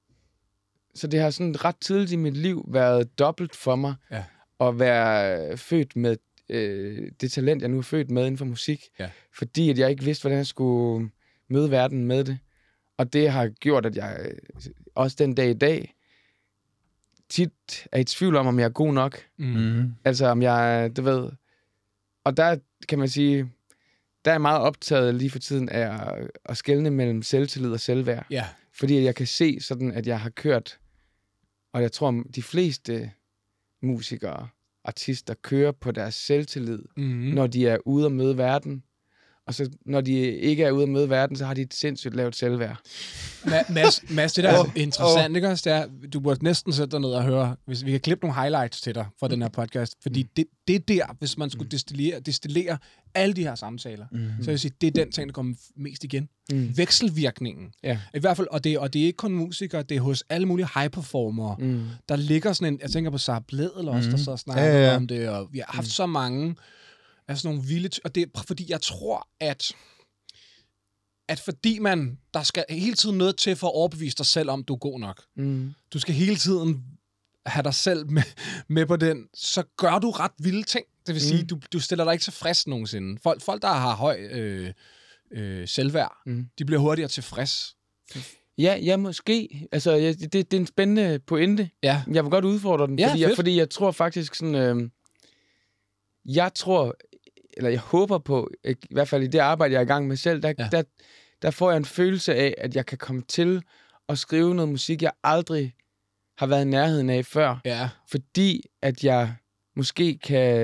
S3: så det har sådan ret tidligt i mit liv været dobbelt for mig,
S2: Ja.
S3: at være født med øh, det talent, jeg nu er født med inden for musik.
S2: Ja.
S3: Fordi at jeg ikke vidste, hvordan jeg skulle møde verden med det. Og det har gjort, at jeg også den dag i dag tit er i tvivl om, om jeg er god nok.
S1: Mm.
S3: Altså, om jeg, du ved... Og der kan man sige, der er jeg meget optaget lige for tiden af at, at skelne mellem selvtillid og selvværd.
S2: Ja.
S3: Fordi jeg kan se sådan, at jeg har kørt, og jeg tror, de fleste musikere, artister, kører på deres selvtillid,
S2: Mm.
S3: når de er ude at møde verden. Og så når de ikke er ude at møde verden, så har de et sindssygt lavt selvværd.
S2: Ma- Mads, Mads, det der
S1: Åh,
S2: er interessant, ikke også? Det er, du burde næsten sætte dig ned og høre, hvis vi kan klippe nogle highlights til dig fra den her podcast, fordi det, det er der, hvis man skulle destillere, destillere alle de her samtaler, mm. så vil jeg sige, det er den ting, der kommer mest igen.
S3: Mm.
S2: Vekselvirkningen.
S3: Ja.
S2: I hvert fald, og det, og det er ikke kun musikere, det er hos alle mulige high-performere. Mm. Der ligger sådan en, jeg tænker på Sarah Blædel også, mm. der så snakker ja, ja. om det, og vi har haft mm. så mange altså nogle vilde... Og det er fordi, jeg tror, at... At fordi man... Der skal hele tiden noget til for at overbevise dig selv om, du er god nok.
S3: Mm.
S2: Du skal hele tiden have dig selv med, med på den. Så gør du ret vilde ting. Det vil sige, mm. du, du stiller dig ikke tilfreds nogensinde. Folk, folk der har høj øh, øh, selvværd, mm. de bliver hurtigere tilfreds.
S3: Ja, ja, måske. Altså, ja, det, det er en spændende pointe.
S2: Ja.
S3: Jeg vil godt udfordre den,
S2: ja,
S3: fordi, jeg, fordi jeg tror faktisk sådan... Øh, jeg tror... Eller jeg håber på, i hvert fald i det arbejde, jeg er i gang med selv, der, ja. der, der får jeg en følelse af, at jeg kan komme til at skrive noget musik, jeg aldrig har været i nærheden af før.
S2: Ja.
S3: Fordi at jeg måske kan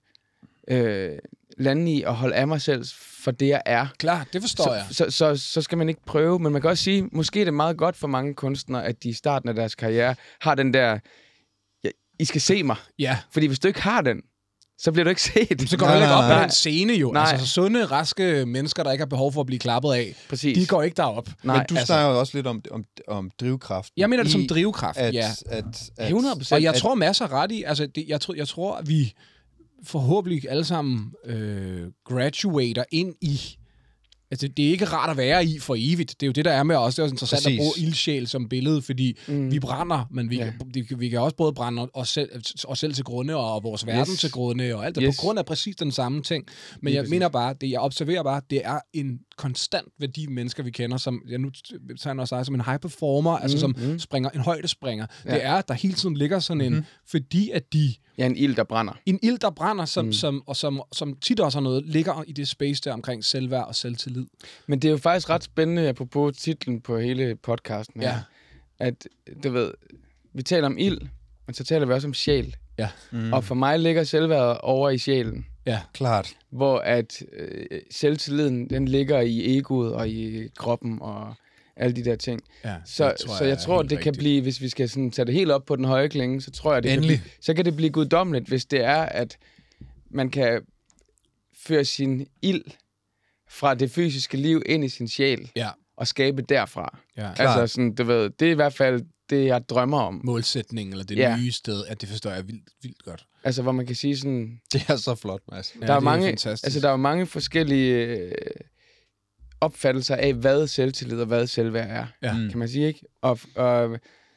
S3: øh, lande i at holde af mig selv for det, jeg er.
S2: Klar, det forstår
S3: så,
S2: jeg.
S3: Så, så, så skal man ikke prøve, men man kan også sige, måske er det meget godt for mange kunstnere, at de i starten af deres karriere har den der, ja, I skal se mig.
S2: Ja.
S3: Fordi hvis du ikke har den, så bliver du ikke set.
S2: Så går du
S1: Nej,
S2: ikke op
S1: nej,
S2: på
S1: nej.
S2: den scene jo.
S3: Nej.
S2: Altså sunde, raske mennesker, der ikke har behov for at blive klappet af,
S3: Præcis.
S2: de går ikke derop.
S3: Nej,
S1: Men du
S2: altså-
S1: snakker jo også lidt om, om, om drivkraft.
S2: Jeg mener det som drivkraft,
S1: at,
S2: ja.
S1: At, at,
S3: hundrede procent.
S2: Og jeg
S3: at-
S2: tror masser ret i, altså det, jeg, tror, jeg tror, at vi forhåbentlig alle sammen øh, graduater ind i, altså det er ikke rart at være i for evigt. Det er jo det, der er med os. Det er også interessant
S1: Præcis.
S2: at bruge ildsjæl som billede, fordi
S3: Mm.
S2: vi brænder, men vi,
S3: Ja.
S2: kan, vi, vi kan også både brænde os selv, os selv til grunde, og vores verden
S3: Yes.
S2: til grunde, og alt det
S3: Yes.
S2: på grund af præcis den samme ting. Men
S3: Lige
S2: jeg
S3: præcis.
S2: mener bare, det jeg observerer bare, det er en konstant værdi, mennesker vi kender, som jeg nu tager også som en high performer, mm. altså som
S3: mm.
S2: springer, en højdespringer.
S3: Ja.
S2: Det er, at der hele tiden ligger sådan en,
S1: Mhm.
S2: fordi at de
S3: Ja, en ild, der brænder.
S2: en ild, der brænder, som, mm.
S3: Mm.
S2: som, og som, som tit også har noget, ligger i det space der omkring selvværd og selvtillid.
S3: Men det er jo faktisk ret spændende, apropos titlen på hele podcasten her,
S2: Ja.
S3: at, du ved, vi taler om ild, men så taler vi også om sjæl.
S2: Ja.
S1: Mm.
S3: Og for mig ligger selvværdet over i sjælen,
S2: Ja.
S1: Klart.
S3: hvor at øh, selvtilliden, den ligger i egoet og i kroppen og alle de der ting.
S2: ja
S3: Så, så jeg, jeg tror, det kan blive, hvis vi skal sådan tage det helt op på den høje klinge, så tror jeg, det kan
S1: Endelig.
S3: blive, så kan det blive guddommeligt, hvis det er, at man kan føre sin ild fra det fysiske liv ind i sin sjæl
S2: Ja.
S3: og skabe derfra.
S2: Ja.
S1: Klart.
S3: Altså sådan, du ved, det er i hvert fald det, jeg drømmer om.
S2: Målsætning, eller det
S3: Ja.
S2: nye sted, at det forstår jeg vildt, vildt godt.
S3: Altså, hvor man kan sige sådan,
S1: Det er så flot, Mads.
S2: Ja,
S3: der er
S2: det
S3: mange,
S2: fantastisk.
S3: altså der er jo mange forskellige øh, opfattelser af, hvad selvtillid og hvad selvværd er,
S2: Ja.
S1: Mm.
S3: kan man sige, ikke? Og, og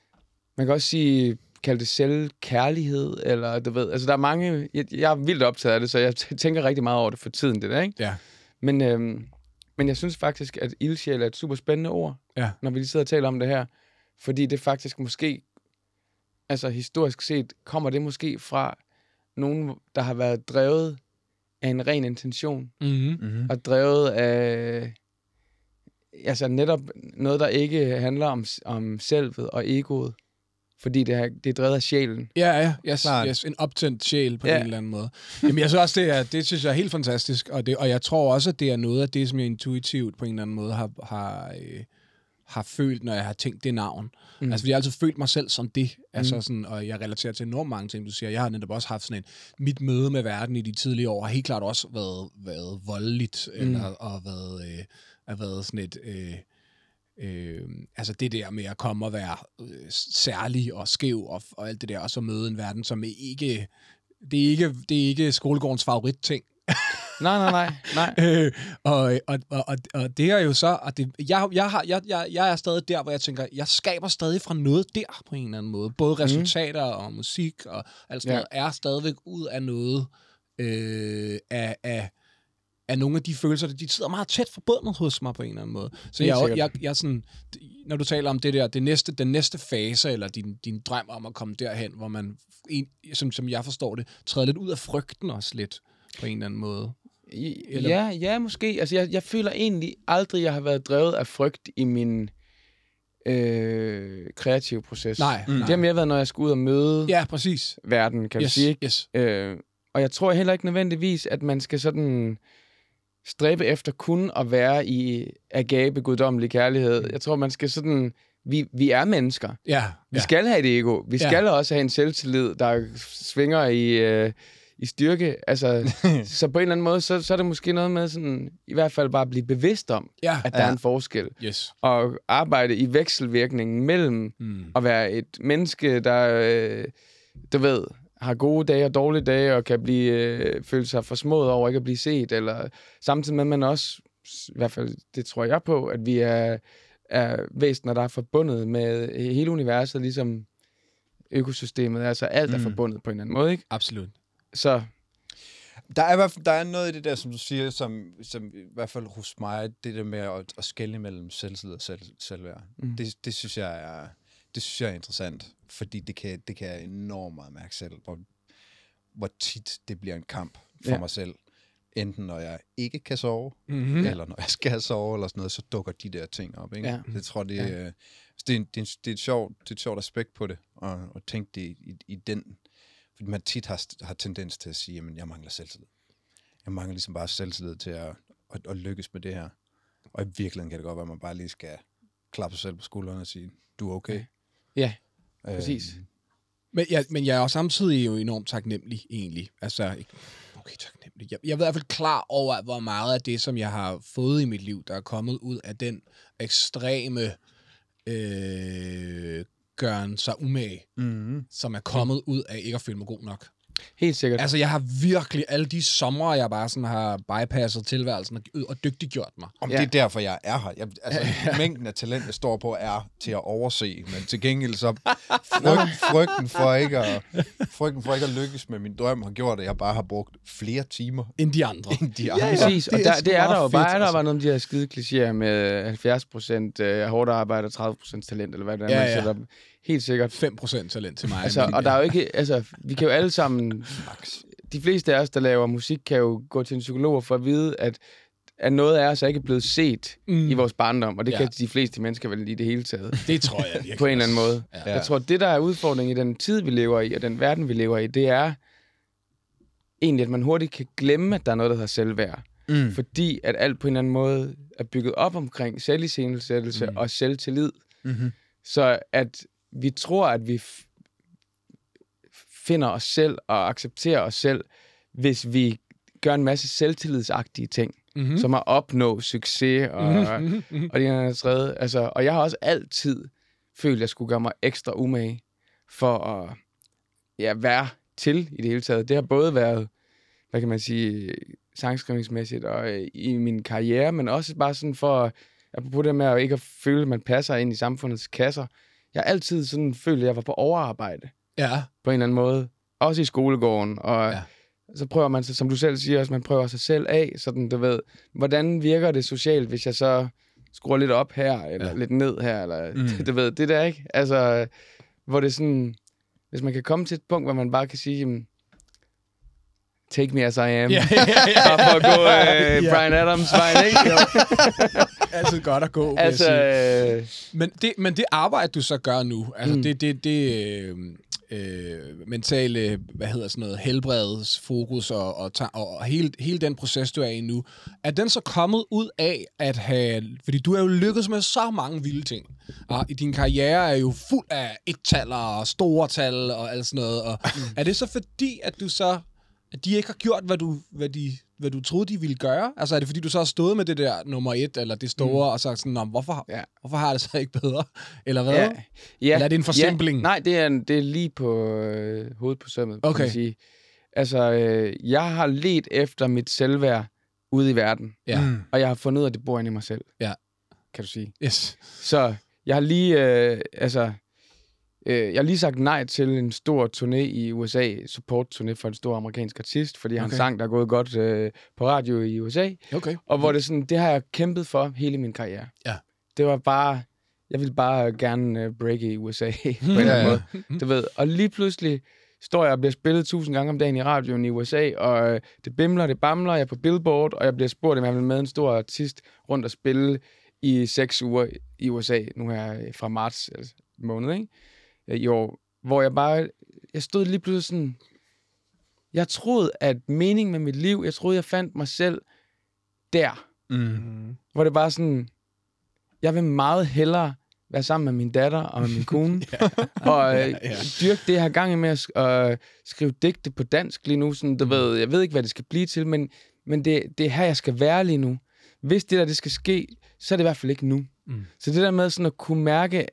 S3: man kan også sige, kalde det selvkærlighed, eller du ved, altså der er mange, jeg, jeg er vildt optaget af det, så jeg t- tænker rigtig meget over det for tiden, det der, ikke?
S2: Ja.
S3: Men, øhm, men jeg synes faktisk, at ildsjæl er et super spændende ord,
S2: Ja.
S3: når vi lige sidder og taler om det her, fordi det faktisk måske, altså historisk set, kommer det måske fra nogen, der har været drevet af en ren intention,
S2: Mm-hmm.
S1: Mm-hmm.
S3: og drevet af altså netop noget, der ikke handler om, om selvet og egoet, fordi det er, det er drevet af sjælen.
S2: Ja, ja, yes,
S1: Klart.
S2: yes, en optændt sjæl på ja.
S3: Ja.
S2: en eller anden måde. Jamen, jeg synes også, det, er, det synes jeg er helt fantastisk, og, det, og jeg tror også, at det er noget af det, som jeg intuitivt på en eller anden måde har, har, øh, har følt, når jeg har tænkt det navn. Mm.
S3: Mm.
S2: Altså, jeg har altid følt mig selv som det, altså sådan, og jeg relaterer til enormt mange ting, du siger. Jeg har netop også haft sådan en, mit møde med verden i de tidlige år har helt klart også været, været voldeligt, mm. eller, og været, øh, har været sådan et... Øh, Øh, altså det der med at komme og være øh, særlig og skæv og, og alt det der, og så møde en verden, som ikke, det er ikke, det er ikke skolegårdens favoritting.
S3: Nej, nej, nej, nej.
S2: Øh, og, og, og, og det er jo så, at det, jeg, jeg, har, jeg, jeg, jeg er stadig der, hvor jeg tænker, jeg skaber stadig fra noget der på en eller anden måde. Både resultater mm. og musik og alt sådan
S3: Ja.
S2: noget er stadigvæk ud af noget øh, af, af af nogle af de følelser, de sidder meget tæt forbundet hos mig på en eller anden måde. Så
S3: Helt
S2: jeg,
S3: sikkert.
S2: jeg, jeg er sådan, når du taler om det der, det næste, den næste fase, eller din, din drøm om at komme derhen, hvor man, en, som, som jeg forstår det, træder lidt ud af frygten også lidt, på en eller anden måde.
S3: I-
S2: Eller-
S3: Ja, ja, måske. Altså, jeg, jeg føler egentlig aldrig, jeg har været drevet af frygt i min øh, kreative proces.
S2: Nej,
S1: Mm.
S2: nej.
S3: Det har mere været, når jeg skulle ud og møde
S2: Ja, præcis.
S3: verden, kan
S2: yes,
S3: vi sige, ikke?
S2: Yes.
S3: Øh, og jeg tror heller ikke nødvendigvis, at man skal sådan stræbe efter kun at være i agape guddommelig kærlighed. Jeg tror, man skal sådan... Vi, vi er mennesker.
S2: Ja,
S3: Vi
S2: ja.
S3: skal have et ego. Vi
S2: Ja.
S3: skal også have en selvtillid, der svinger i, øh, i styrke. Altså, så på en eller anden måde, så, så er det måske noget med sådan, i hvert fald bare at blive bevidst om,
S2: Ja,
S3: at der
S1: Ja.
S3: er en forskel.
S2: yes.
S3: Og arbejde i vekselvirkningen mellem
S2: Mm.
S3: at være et menneske, der, øh, du ved, har gode dage og dårlige dage, og kan blive, øh, føle sig forsmået over ikke at blive set, eller samtidig med, at man også, i hvert fald, det tror jeg på, at vi er, er væsener, der er forbundet med hele universet, ligesom økosystemet, altså alt er
S1: Mm.
S3: forbundet på en eller anden måde, ikke?
S2: Absolut.
S3: Så,
S1: Der er, i hvert fald- der er noget i det der, som du siger, som, som i hvert fald hos mig, det der med at, at skelne mellem selvtillid og selv, selvværd.
S3: Mm.
S1: Det, det, synes jeg er, det synes jeg er interessant, fordi det kan, det kan jeg enormt meget mærke selv, hvor, hvor tit det bliver en kamp for
S3: Ja.
S1: mig selv. Enten når jeg ikke kan sove,
S2: Mm-hmm.
S1: eller når jeg skal sove, eller sådan noget, så dukker de der ting op. Ikke?
S3: Ja.
S1: Jeg tror, det,
S3: Ja.
S1: ja. øh, det, er en, det, er en, det, er et sjovt, det er et sjovt aspekt på det, og, og tænke det i, i den. Fordi man tit har, har tendens til at sige, at jeg mangler selvtillid. Jeg mangler ligesom bare selvtillid til at, at, at lykkes med det her. Og i virkeligheden kan det godt være, at man bare lige skal klappe sig selv på skulderen og sige, du er okay.
S3: ja,
S1: Øh,
S3: præcis.
S2: Men jeg, men jeg er jo samtidig jo enormt taknemmelig, egentlig. Altså, okay, taknemmelig. Jeg, jeg er i hvert fald klar over, hvor meget af det, som jeg har fået i mit liv, der er kommet ud af den ekstreme øh, gøren sig umage, mm. som er kommet ud af ikke at føle mig god nok.
S3: Helt sikkert.
S2: Altså, jeg har virkelig alle de somre, jeg bare sådan har bypasset tilværelsen og, og dygtiggjort mig.
S1: Om ja. Det er derfor, jeg er her. Jeg, altså, ja. Mængden af talent, jeg står på, er til at overse, men til gengæld så frygt, frygten, for ikke at, frygten for ikke at lykkes med min drøm har gjort, at jeg bare har brugt flere timer.
S2: End de andre.
S1: End de andre.
S3: Ja, præcis. Og det er, det er der jo
S1: fedt,
S3: bare, er der
S1: altså.
S3: var nogle af de her skide klichéer med halvfjerds procent øh, hårdt arbejde og tredive procent talent, eller hvad det er,
S2: ja,
S3: man
S2: ja.
S3: sætter. Helt sikkert.
S2: fem procent talent til mig.
S3: Altså, og der er jo ikke, altså, vi kan jo alle sammen, de fleste af os, der laver musik, kan jo gå til en psykolog for at vide, at, at noget af os er ikke blevet set mm. i vores barndom, og det ja. Kan de fleste mennesker vel i det hele taget.
S2: Det tror jeg virkelig.
S3: På en eller anden måde.
S2: Ja.
S3: Jeg tror, det der er udfordringen i den tid, vi lever i, og den verden, vi lever i, det er egentlig, at man hurtigt kan glemme, at der er noget, der hedder selvværd. Mm. Fordi at alt på en eller anden måde er bygget op omkring selviscenesættelse mm. og selvtillid. Mm-hmm. Så at vi tror, at vi f- finder os selv og accepterer os selv, hvis vi gør en masse selvtillidsagtige ting, mm-hmm. som at opnå succes og, mm-hmm. og det ene og tredje. Altså, og jeg har også altid følt, at jeg skulle gøre mig ekstra umage for at ja, være til i det hele taget. Det har både været, hvad kan man sige, sangskrivningsmæssigt og øh, i min karriere, men også bare sådan for, apropos det med at ikke at føle, at man passer ind i samfundets kasser. Jeg har altid sådan følt, at jeg var på overarbejde.
S2: Ja.
S3: På en eller anden måde. Også i skolegården. Og
S2: ja. Så
S3: prøver man, som du selv siger, også man prøver sig selv af. Sådan, du ved, hvordan virker det socialt, hvis jeg så skruer lidt op her, eller ja. Lidt ned her, eller mm. du ved, det der, ikke? Altså, hvor det sådan, hvis man kan komme til et punkt, hvor man bare kan sige, jamen, take me as I am. Ja, ja, ja, ja. Bare for at gå øh, ja. Bryan Adams vejen, ikke?
S2: Altid godt at gå,
S3: altså, øh...
S2: men, det, men det arbejde, du så gør nu, altså mm. det, det, det øh, øh, mentale, hvad hedder sådan noget, helbredets fokus og, og, og hele, hele den proces, du er i nu, er den så kommet ud af at have, fordi du er jo lykkedes med så mange vilde ting, og i din karriere er jo fuld af et-taller og store tal og alt sådan noget, og mm. er det så fordi, at du så at de ikke har gjort, hvad du, hvad, de, hvad du troede, de ville gøre? Altså, er det fordi, du så har stået med det der nummer et, eller det store, mm. og sagt sådan, hvorfor, ja. hvorfor har det så ikke bedre? Eller hvad?
S3: Ja. Ja.
S2: Eller er det en forsimpling?
S3: Ja. Nej, det er, det er lige på øh, hovedet på sømmet, okay. Kan man sige. Altså, øh, jeg har let efter mit selvværd ude i verden,
S2: ja. mm.
S3: og jeg har fundet ud af, at det bor inde i mig selv.
S2: Ja.
S3: Kan du sige.
S2: Yes.
S3: Så jeg har lige, øh, altså... Jeg har lige sagt nej til en stor turné i U S A, support-turné for en stor amerikansk artist, fordi okay. han sang, der er gået godt øh, på radio i U S A.
S2: Okay.
S3: Og hvor det sådan, det har jeg kæmpet for hele min karriere.
S2: Ja.
S3: Det var bare, jeg ville bare gerne uh, breake i U S A på en eller anden måde. Du ved. Og lige pludselig står jeg og bliver spillet tusind gange om dagen i radioen i U S A, og øh, det bimler, det bamler, jeg er på Billboard, og jeg bliver spurgt, om jeg vil med en stor artist rundt og spille i seks uger i U S A, nu her fra marts altså, måned, ikke? I år, hvor jeg bare, jeg stod lige pludselig sådan, jeg troede, at meningen med mit liv, jeg troede, jeg fandt mig selv der. Mm. Hvor det bare sådan, jeg vil meget hellere være sammen med min datter og med min kone, ja. og øh, ja. Dyrke det, jeg har gang i med at øh, skrive digte på dansk lige nu, sådan, du mm. ved, jeg ved ikke, hvad det skal blive til, men, men det, det er her, jeg skal være lige nu. Hvis det der, det skal ske, så er det i hvert fald ikke nu. Mm. Så det der med sådan at kunne mærke,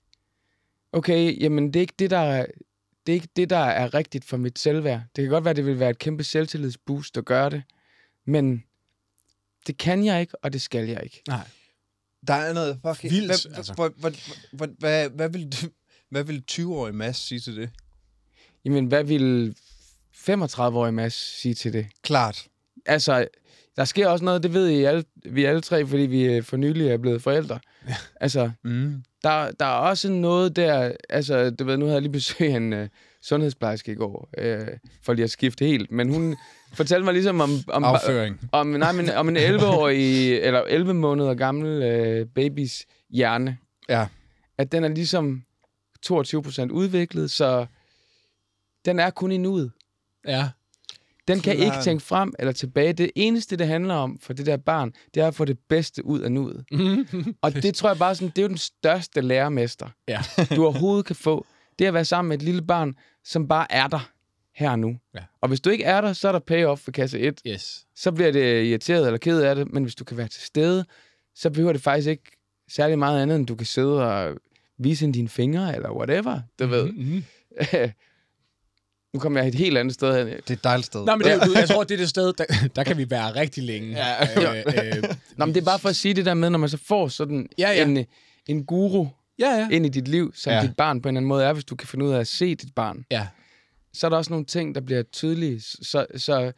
S3: okay, jamen det er ikke det, der er, det er ikke det, der er rigtigt for mit selvværd. Det kan godt være, det vil være et kæmpe selvtillidsboost at gøre det, men det kan jeg ikke, og det skal jeg ikke.
S2: Nej.
S1: Der er noget fucking...
S2: Vildt,
S1: hvad,
S2: altså.
S1: hvad, hvad, hvad, hvad, hvad, vil, hvad vil tyve-årig Mads sige til det?
S3: Jamen, hvad vil femogtredive-årig Mads sige til det?
S1: Klart.
S3: Altså, der sker også noget, det ved I alle, vi alle tre, fordi vi for nylig er blevet forældre. Ja. Altså, mm. der, der er også noget der, altså, du ved, nu havde jeg lige besøg af en uh, sundhedsplejerske i går, uh, for lige at skifte helt, men hun fortalte mig ligesom om... om
S1: Afføring.
S3: Om, nej, men, om en elleve-årig, eller elleve måneder gammel uh, babys hjerne.
S1: Ja.
S3: At den er ligesom toogtyve procent udviklet, så den er kun i nuet.
S2: Ja.
S3: Den kan ikke tænke frem eller tilbage. Det eneste, det handler om for det der barn, det er at få det bedste ud af nuet. Og det tror jeg bare sådan, det er jo den største lærermester,
S2: ja.
S3: du overhovedet kan få. Det er at være sammen med et lille barn, som bare er der her nu.
S2: Ja.
S3: Og hvis du ikke er der, så er der payoff for kasse et.
S2: Yes.
S3: Så bliver det irriteret eller ked af det, men hvis du kan være til stede, så behøver det faktisk ikke særlig meget andet, end du kan sidde og vise dine fingre, eller whatever, du ved.
S2: Mm-hmm.
S3: Nu kommer jeg et helt andet sted hen.
S1: Det er et dejligt sted.
S2: Nå, men det, du, jeg tror, det er det sted, der, der kan vi være rigtig længe.
S3: Ja.
S2: Øh, øh,
S3: Nå, men det er bare for at sige det der med, når man så får sådan
S2: Ja, ja.
S3: En, en guru
S2: ja, ja.
S3: ind i dit liv, som
S1: Ja.
S3: dit barn på en eller anden måde er, hvis du kan finde ud af at se dit barn.
S2: Ja.
S3: Så er der også nogle ting, der bliver tydelige. Så, så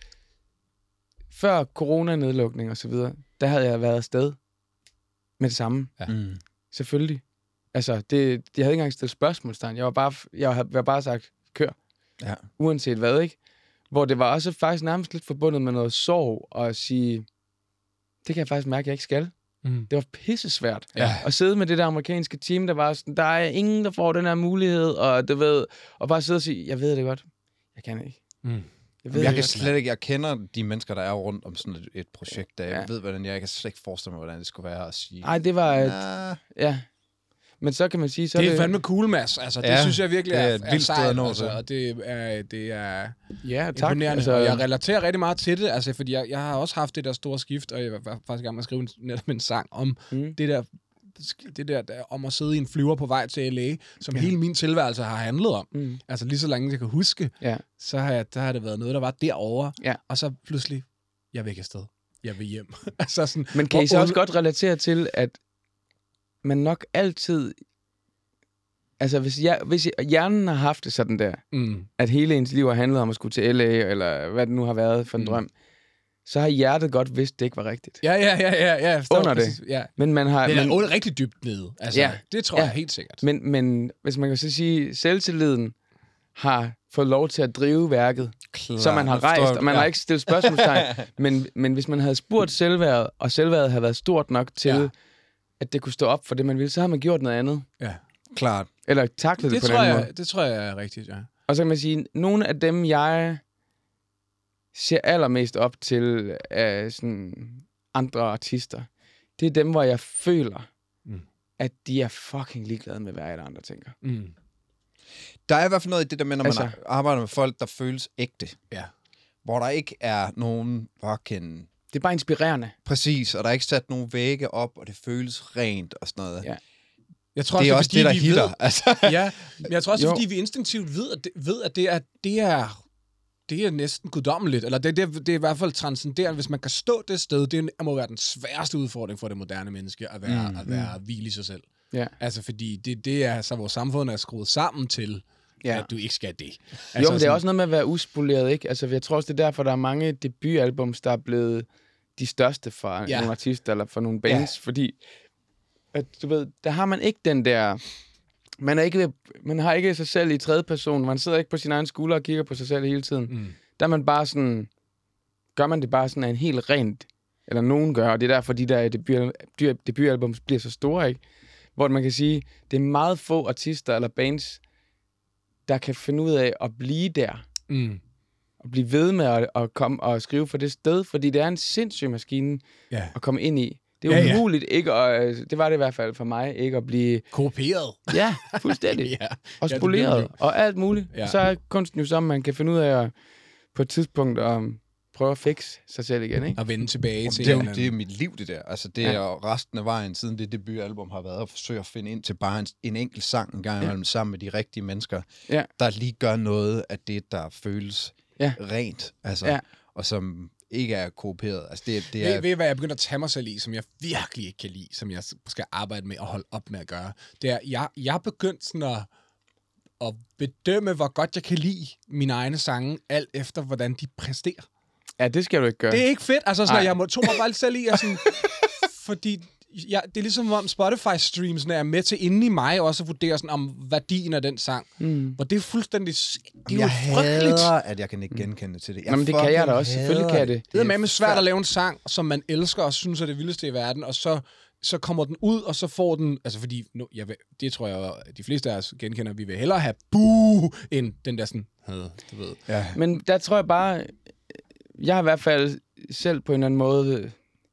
S3: før coronanedlukning og så videre, der havde jeg været afsted med det samme.
S2: Ja.
S1: Mm.
S3: Selvfølgelig. Altså, det, jeg havde ikke engang stillet spørgsmålstegn. Jeg var bare, jeg havde bare sagt, kør.
S1: Ja.
S3: Uanset hvad, ikke? Hvor det var også faktisk nærmest lidt forbundet med noget sorg, og at sige, det kan jeg faktisk mærke, at jeg ikke skal.
S2: Mm.
S3: Det var pissesvært.
S2: Ja.
S3: At sidde med det der amerikanske team, der var sådan, der er ingen, der får den her mulighed, og du ved, og bare sidde og sige, jeg ved det godt. Jeg kan ikke.
S2: Mm.
S3: Jeg, ved
S1: Jeg
S3: det
S1: kan
S3: godt.
S1: slet ikke, jeg kender de mennesker, der er rundt om sådan et, et projekt, der jeg
S3: Ja.
S1: ved, hvordan jeg kan slet ikke forestille mig, hvordan det skulle være at sige.
S3: Nej, det var... Et,
S1: Nah.
S3: ja. Men så kan man sige, så
S2: Det er
S3: det...
S2: fandme cool, Mads. Altså, det
S1: Ja,
S2: synes jeg virkelig
S1: det er
S2: er,
S1: et vildt sted
S2: sejt,
S1: at nå
S2: altså,
S1: til.
S2: og det er, det er
S3: Ja, tak.
S2: imponerende.
S3: Altså,
S2: Og jeg relaterer rigtig meget til det, altså, fordi jeg, jeg har også haft det der store skift, og jeg var faktisk i gang med at skrive en, netop en sang om
S3: mm,
S2: det der, det der, der om at sidde i en flyver på vej til L A, som ja. hele min tilværelse har handlet om.
S3: mm,
S2: Altså lige så længe jeg kan huske,
S3: ja.
S2: så har, jeg, der har det været noget, der var derovre,
S3: Ja.
S2: og så pludselig, jeg vil ikke afsted. Jeg vil hjem. altså sådan,
S3: Men kan I så
S2: hvor-
S3: også godt relatere til, at man nok altid... Altså, hvis, jeg, hvis jeg, hjernen har haft det sådan der,
S2: Mm.
S3: at hele ens liv har handlet om at skulle til L A, eller hvad det nu har været for en
S2: Mm.
S3: drøm, så har hjertet godt vidst, det ikke var rigtigt.
S2: Ja, ja, ja, ja, ja. jeg forstår
S3: Under det.
S2: præcis. Ja.
S3: Men man har...
S2: Men
S3: men,
S2: er men, rigtig dybt nede. Altså,
S3: Ja.
S2: ja. Det tror
S3: Ja.
S2: jeg helt sikkert.
S3: men, men hvis man kan så sige, selvtilliden har fået lov til at drive værket,
S1: Klar,
S3: så man har
S1: nu forstår
S3: rejst,
S1: jeg-
S3: og man
S1: ja.
S3: har ikke stillet spørgsmålstegn. men, men hvis man havde spurgt selvværdet, og selvværdet havde været stort nok til,
S2: Ja.
S3: ja. at det kunne stå op for det, man ville, så har man gjort noget andet.
S2: Ja.
S1: Klart.
S3: Eller taklet det,
S2: Det,
S3: det på
S2: tror
S3: den
S2: jeg,
S3: måde.
S2: det tror jeg er rigtigt, ja.
S3: Og så kan man sige, nogle af dem, jeg ser allermest op til af sådan andre artister, det er dem, hvor jeg føler,
S2: Mm.
S3: at de er fucking ligeglade med, hvad alle andre tænker.
S2: Mm.
S1: Der er i hvert fald noget i det der med, når
S3: Altså-
S1: man arbejder med folk, der føles ægte.
S2: Ja.
S1: Hvor der ikke er nogen fucking...
S3: Det er bare inspirerende.
S1: Præcis, og der er ikke sat nogen vægge op, og det føles rent og sådan noget.
S3: Ja.
S2: Jeg tror
S1: Det er også
S2: fordi
S1: det, der
S2: vi
S1: hitter.
S2: Ved,
S1: Altså.
S2: ja, men jeg tror også,
S3: Jo.
S2: fordi vi instinktivt ved, at det, ved, at det er, det er, det er næsten guddommeligt. Eller det, det, det er i hvert fald transcenderende. Hvis man kan stå det sted, det må være den sværeste udfordring for det moderne menneske, at være,
S1: Mm.
S2: at være hvil i sig selv.
S3: Ja.
S2: Altså, fordi det, det er så vores samfund er skruet sammen til,
S3: Ja.
S2: at du ikke skal det. Altså,
S3: Jo, men det er
S2: sådan-
S3: også noget med at være uspoleret, ikke? Altså, jeg tror også, det er derfor, der er mange debutalbums, der er blevet de største for
S2: Ja.
S3: ja. nogle artister eller for nogle bands, ja. fordi at, du ved, der har man ikke den der... Man, er ikke, ved- man har ikke sig selv i tredje person. Man sidder ikke på sin egen skulder og kigger på sig selv hele tiden.
S2: Mm.
S3: Der er man bare sådan... Gør man det bare sådan af en helt rent... Eller nogen gør, og det er derfor, de der debut, debutalbums bliver så store, ikke? Hvor man kan sige, det er meget få artister eller bands, der kan finde ud af at blive der.
S2: Mm.
S3: Og blive ved med at, at komme og skrive for det sted, fordi det er en sindssyg maskine
S2: Ja.
S3: at komme ind i. Det er
S2: Ja, ja.
S3: umuligt ikke at, det var det i hvert fald for mig, ikke at blive,
S2: Kooperet.
S3: ja, fuldstændig,
S2: ja.
S3: og
S2: Ja, det
S3: spoleret,
S2: bliver
S3: og alt muligt.
S2: Ja.
S3: Ja. Så er kunsten jo sådan, man kan finde ud af at, på et tidspunkt at prøve at fikse sig selv igen, ikke?
S2: At vende tilbage til
S1: Det er, jo,
S2: en
S1: det er mit liv, det der. Altså, det er jo resten af vejen, siden det debutalbum har været, at forsøge at finde ind til bare en, en enkelt sang en gang imellem, sammen med de rigtige mennesker,
S3: Ja.
S1: der lige gør noget af det, der føles
S3: Ja.
S1: rent, altså,
S3: Ja.
S1: og som ikke er kooperet. Altså, det, det er...
S2: Ved, ved hvad jeg begynder at tage mig selv i, som jeg virkelig ikke kan lide, som jeg skal arbejde med og holde op med at gøre, det er, jeg, jeg er begyndt sådan at, at bedømme, hvor godt jeg kan lide mine egne sange, alt efter, hvordan de præsterer.
S3: Ja, det skal du ikke gøre.
S2: Det er ikke fedt. Altså, sådan,
S3: Ej.
S2: at jeg må, tog mig bare lidt selv i, og sådan, fordi jeg, det er ligesom om Spotify-streamsene er med til inde i mig også at vurdere sådan, om værdien af den sang.
S3: Mm.
S2: Hvor det er fuldstændig... Det er jo
S1: jeg
S2: frygteligt.
S1: hader, at jeg kan ikke genkende til det. Jeg
S3: Nå, men det kan jeg da
S1: fucking
S3: også. Selvfølgelig kan jeg det.
S2: Det er med svært at lave en sang, som man elsker og synes er det vildeste i verden, og så, så kommer den ud, og så får den... Altså, fordi... Nu, jeg vil, det tror jeg, at de fleste af os genkender. Vi vil hellere have buh, end den der sådan... Øh, du ved.
S1: Ja.
S3: Men der tror jeg bare, jeg har i hvert fald selv på en eller anden måde,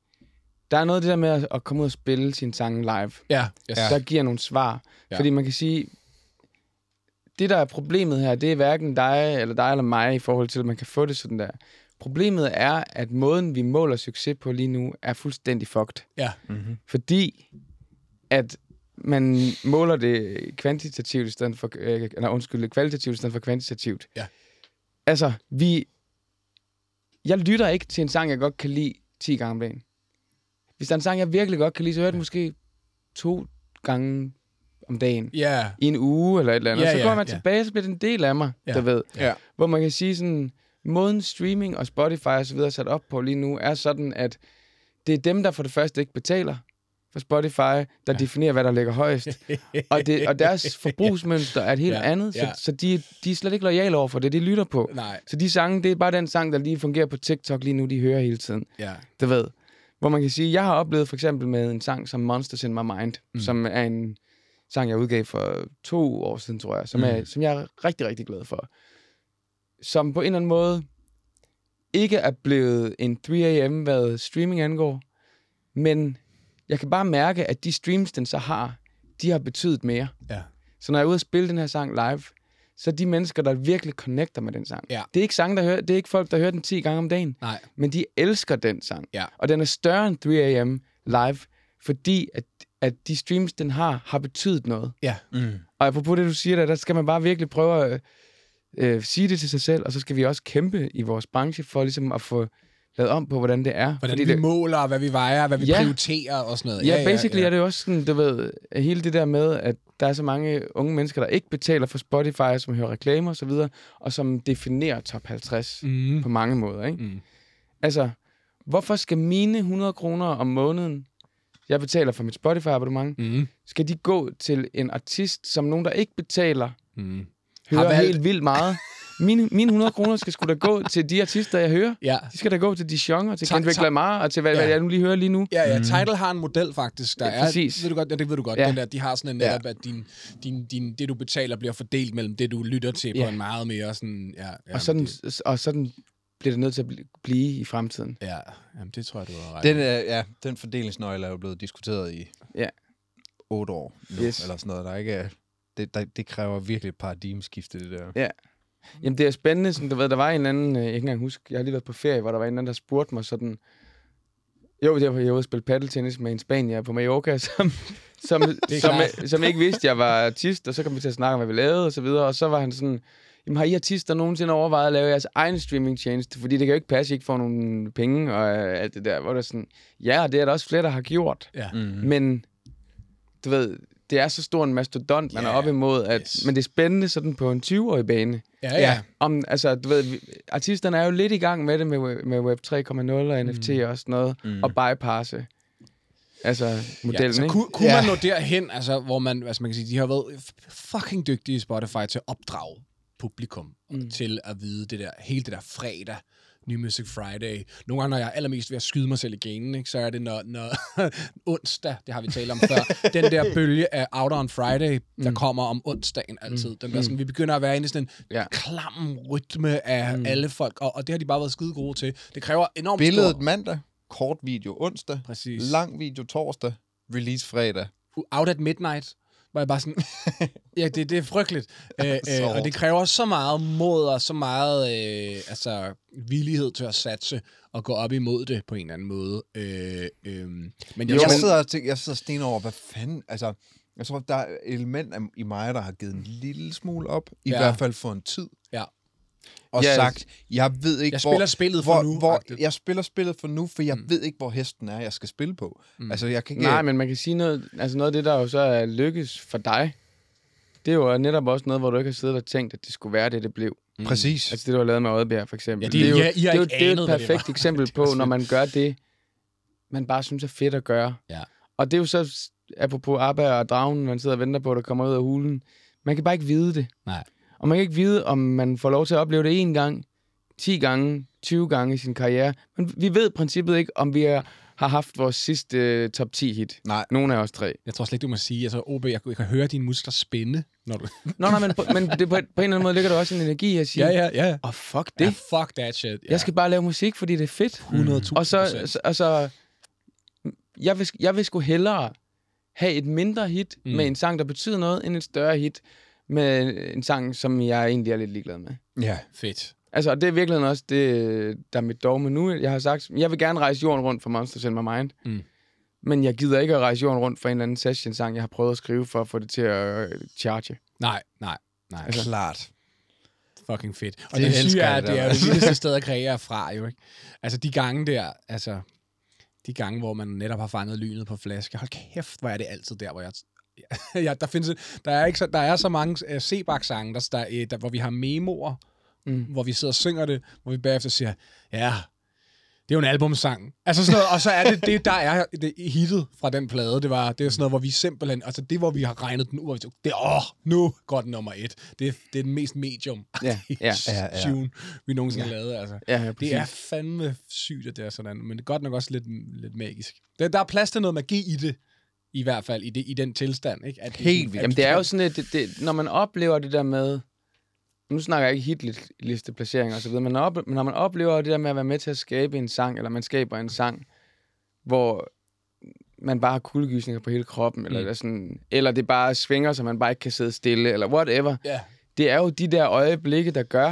S3: der er noget af det der med at- at komme ud og spille sin sang live,
S2: Ja, yes.
S1: Ja.
S3: der giver nogle svar.
S2: Ja.
S3: Fordi man kan sige, det, der er problemet her, det er hverken dig eller dig eller mig i forhold til, at man kan få det sådan der. Problemet er, at måden, vi måler succes på lige nu, er fuldstændig fucked.
S2: Ja.
S1: Mm-hmm.
S3: Fordi at man måler det kvantitativt i stedet for, øh, eller undskyld, kvalitativt i stedet for kvantitativt.
S2: Ja.
S3: Altså, vi... Jeg lytter ikke til en sang, jeg godt kan lide ti gange om dagen. Hvis der er en sang, jeg virkelig godt kan lide, så hører jeg den måske to gange om dagen.
S2: Ja.
S3: I en uge eller et eller andet.
S2: Ja,
S3: så går
S2: ja,
S3: man
S2: ja.
S3: tilbage, så bliver det en del af mig,
S2: Ja.
S3: der ved.
S1: Ja.
S3: Hvor man kan sige sådan, måden streaming og Spotify og så videre sat op på lige nu, er sådan, at det er dem, der for det første ikke betaler for Spotify, der ja. definerer, hvad der ligger højst. og, det, og deres forbrugsmønster er et helt
S2: Ja.
S3: andet, så,
S2: Ja.
S3: så de, de er slet ikke loyale over for det, de lytter på.
S2: Nej.
S3: Så de sange, det er bare den sang, der lige fungerer på TikTok lige nu, de hører hele tiden.
S2: Ja.
S3: Du ved. Hvor man kan sige, jeg har oplevet for eksempel med en sang som Monsters in My Mind, mm. som er en sang, jeg udgav for to år siden, tror jeg, som, er, mm. som jeg er rigtig, rigtig glad for. Som på en eller anden måde ikke er blevet en tre a.m., hvad streaming angår, men jeg kan bare mærke, at de streams, den så har, de har betydet mere.
S2: Ja.
S3: Så når jeg er ude og spille den her sang live, så er de mennesker, der virkelig connecter med den sang.
S2: Ja.
S3: Det er ikke sang, der hører, det er ikke folk, der hører den ti gange om dagen,
S2: Nej.
S3: men de elsker den sang.
S2: Ja.
S3: Og den er større end tre a.m. live, fordi at, at de streams, den har, har betydet noget.
S2: Ja.
S1: Mm.
S3: Og apropos det, du siger der, der skal man bare virkelig prøve at øh, sige det til sig selv, og så skal vi også kæmpe i vores branche for ligesom at få lavet om på, hvordan det er.
S2: Hvordan
S3: fordi
S2: vi
S3: det,
S2: måler, hvad vi vejer, hvad vi
S3: Ja.
S2: prioriterer og sådan noget.
S3: Ja, basically ja, ja. er det jo også sådan, du ved, hele det der med, at der er så mange unge mennesker, der ikke betaler for Spotify, som hører reklamer og så videre, og som definerer top halvtreds
S2: Mm.
S3: på mange måder, ikke?
S2: Mm.
S3: Altså, hvorfor skal mine hundrede kroner om måneden, jeg betaler for mit Spotify-abonnement,
S2: Mm.
S3: skal de gå til en artist, som nogen, der ikke betaler,
S2: Mm.
S3: hører
S2: valgt-
S3: helt vildt meget? Mine, mine hundrede kroner skal sgu da gå til de artister, jeg hører.
S2: Ja.
S3: De skal da gå til Dijon og til
S2: Ta-
S3: Kendrick
S2: ta-
S3: Lamar og til, hvad,
S2: Ja.
S3: hvad jeg nu lige hører lige nu.
S2: Ja, ja. Tidal har en model faktisk, der
S3: Ja,
S2: er...
S3: præcis.
S2: Ved du godt, ja, det ved du godt.
S3: Ja.
S2: Den der, de har sådan en
S3: Ja.
S2: netop, at din, din, din, det, du betaler, bliver fordelt mellem det, du lytter til
S3: Ja.
S2: på en meget mere sådan... Ja, ja,
S3: Og sådan,
S2: det,
S3: og sådan bliver det nødt til at bli- blive i fremtiden.
S2: ja, jamen, det tror jeg, du har ret.
S1: Den, øh, ja, den fordelingsnøgle er jo blevet diskuteret i
S3: Ja.
S1: otte år nu,
S3: Yes.
S1: eller sådan noget. Der er ikke, er- det, der, det kræver virkelig et paradigmeskifte, det der.
S3: Ja. Jamen, det er spændende, som du ved, der var en eller anden, øh, jeg kan ikke engang huske, jeg har lige været på ferie, hvor der var en eller anden, der spurgte mig sådan, jo, jeg var ude og spille paddeltennis med en spanier på Mallorca, som, som, som, som ikke vidste, jeg var artist, og så kom vi til at snakke om, hvad vi lavede, og så videre, og så var han sådan, jamen, har I artister nogensinde overvejet at lave jeres egen streamingtjeneste? Fordi det kan jo ikke passe, at I ikke får nogen penge, og øh, alt det der, hvor der sådan, ja, det er der også flere, der har gjort,
S2: Ja.
S1: Mm-hmm.
S3: men, du ved, det er så stor en mastodont, man
S2: Ja,
S3: er op imod, at,
S2: yes.
S3: men det er spændende sådan på en tyve-årig bane.
S2: Ja, ja.
S3: Om, altså, du ved, vi, artisterne er jo lidt i gang med det med, we- med Web tre komma nul og N F T
S2: Mm.
S3: og sådan noget,
S1: Mm.
S3: og bypasse, altså, modellen,
S2: Ja, så
S3: ikke?
S2: kunne, kunne
S1: Ja.
S2: man nå derhen, altså, hvor man, altså man kan sige, de har været f- fucking dygtige i Spotify til at opdrage publikum
S3: Mm.
S2: til at vide det der, hele det der fredag, New Music Friday. Nogle gange, når jeg er allermest ved at skyde mig selv i ganen, ikke, så er det, når, når onsdag, det har vi talt om før, den der bølge af Out on Friday, der
S3: Mm.
S2: kommer om onsdagen altid.
S3: Mm.
S2: Den der, sådan, vi begynder at være inde i sådan en
S3: Ja.
S2: klam rytme af
S3: Mm.
S2: alle folk, og, og det har de bare været skide gode til. Det kræver enormt
S1: Billedet
S2: stor...
S1: mandag, kort video onsdag,
S2: Præcis.
S1: lang video torsdag, release fredag.
S2: Out at Midnight, hvor jeg bare sådan, ja, det, det er frygteligt. Æ, øh,
S1: Så
S2: og det kræver så meget mod og så meget øh, altså, villighed til at satse og gå op imod det på en eller anden måde. Øh, øh, men jeg,
S1: Jeg,
S2: jo,
S1: jeg, sidder, og tænker, jeg sidder sten over, hvad fanden, altså, jeg tror, der er et element af, i mig, der har givet en lille smule op, i
S2: Ja.
S1: hvert fald for en tid,
S2: ja.
S1: og
S3: Ja,
S1: sagt, jeg ved ikke,
S2: Jeg
S1: hvor...
S2: spiller spillet for
S1: hvor,
S2: nu.
S1: Hvor,
S2: agtigt.
S1: jeg spiller spillet for nu, for jeg
S2: Mm.
S1: mm. ved ikke, hvor hesten er, jeg skal spille på.
S2: Mm.
S1: Mm. Altså, jeg kan ikke...
S3: Nej, men man kan sige noget, altså noget af det, der jo så er lykkes for dig, det er jo netop også noget, hvor du ikke har siddet og tænkt, at det skulle være det, det blev.
S2: Mm.
S1: Præcis.
S3: Altså det, du har lavet med Oddbjerg, for eksempel.
S2: Ja, det-
S3: det er jo,
S2: ja, I har
S3: det er jo,
S2: ikke
S3: det er jo
S2: anet,
S3: et
S2: hvad det
S3: perfekt
S2: var.
S3: eksempel
S2: Det er
S3: på,
S2: også
S3: når
S2: fedt.
S3: man gør det, man bare synes er fedt at gøre.
S2: Ja.
S3: Og det er jo så, apropos Abba og dragen, man sidder og venter på, der kommer ud af hulen. Man kan bare ikke vide det.
S2: Nej.
S3: Og man kan ikke vide, om man får lov til at opleve det en gang, ti gange, tyve gange i sin karriere. Men vi ved i princippet ikke, om vi er, har haft vores sidste uh, top ti hit.
S1: Nej.
S3: Nogle af os tre.
S2: Jeg tror slet ikke, du må sige, altså O B, jeg, jeg kan høre dine muskler spænde, når du...
S3: Nå, nej, men, på, men det, på, på en eller anden måde ligger der også en energi i at sige,
S2: ja, ja.
S3: åh, oh, fuck det.
S2: Ja, fuck that shit. Ja.
S3: Jeg skal bare lave musik, fordi det er fedt.
S2: hundrede tusind
S3: Og så,
S2: procent.
S3: så altså, jeg vil, jeg vil sgu hellere have et mindre hit
S2: Mm.
S3: mm. med en sang, der betyder noget, end et større hit med en sang, som jeg egentlig er lidt ligeglad med.
S1: Ja.
S2: Fedt.
S3: Altså, det er virkelig også det, der er mit dogme nu. Jeg har sagt, jeg vil gerne rejse jorden rundt for Monsters in My Mind.
S2: Mm.
S3: Men jeg gider ikke at rejse jorden rundt for en eller anden session-sang, jeg har prøvet at skrive for at få det til at øh, charge.
S2: Nej, nej, nej.
S1: Altså, klart.
S2: Fucking fedt. Og
S1: Det
S2: det, det syge
S1: elsker
S2: er,
S1: jeg,
S2: at
S1: det
S2: det
S1: der.
S2: er jo det vildeste sted at kreere fra, jo ikke? Altså, de gange der, altså, de gange, hvor man netop har fanget lynet på flaske, hold kæft, hvor er det altid der, hvor jeg... ja, der findes, der er ikke så, der er så mange uh, Sebak-sange, der, der, der, hvor vi har memoer, mm. hvor vi sidder og synger det, hvor vi bagefter siger, ja, det er jo en albumsang. Altså sådan noget, og så er det, det der er det hittet fra den plade, det var det er sådan noget, hvor vi simpelthen, altså det, hvor vi har regnet den ud, og det er, åh, nu går den nummer et. Det er, det er den mest medium
S3: ja, ja,
S2: ja, ja. tune, vi nogensinde
S3: ja.
S2: har lavet, altså.
S3: Ja, ja,
S2: det er fandme sygt, at det er sådan, men det er godt nok også lidt, lidt magisk. Der, der er plads til noget magi i det, i hvert fald, i, det, i den tilstand, ikke? At
S1: Helt vildt.
S3: Jamen, det er jo sådan, at det, det, når man oplever det der med, nu snakker jeg ikke hitlisteplaceringer og så videre, men når, op, når man oplever det der med at være med til at skabe en sang, eller man skaber en sang, hvor man bare har kuldegysninger på hele kroppen, eller, mm. eller, sådan, eller det bare svinger, så man bare ikke kan sidde stille, eller whatever.
S2: Yeah.
S3: Det er jo de der øjeblikke, der gør,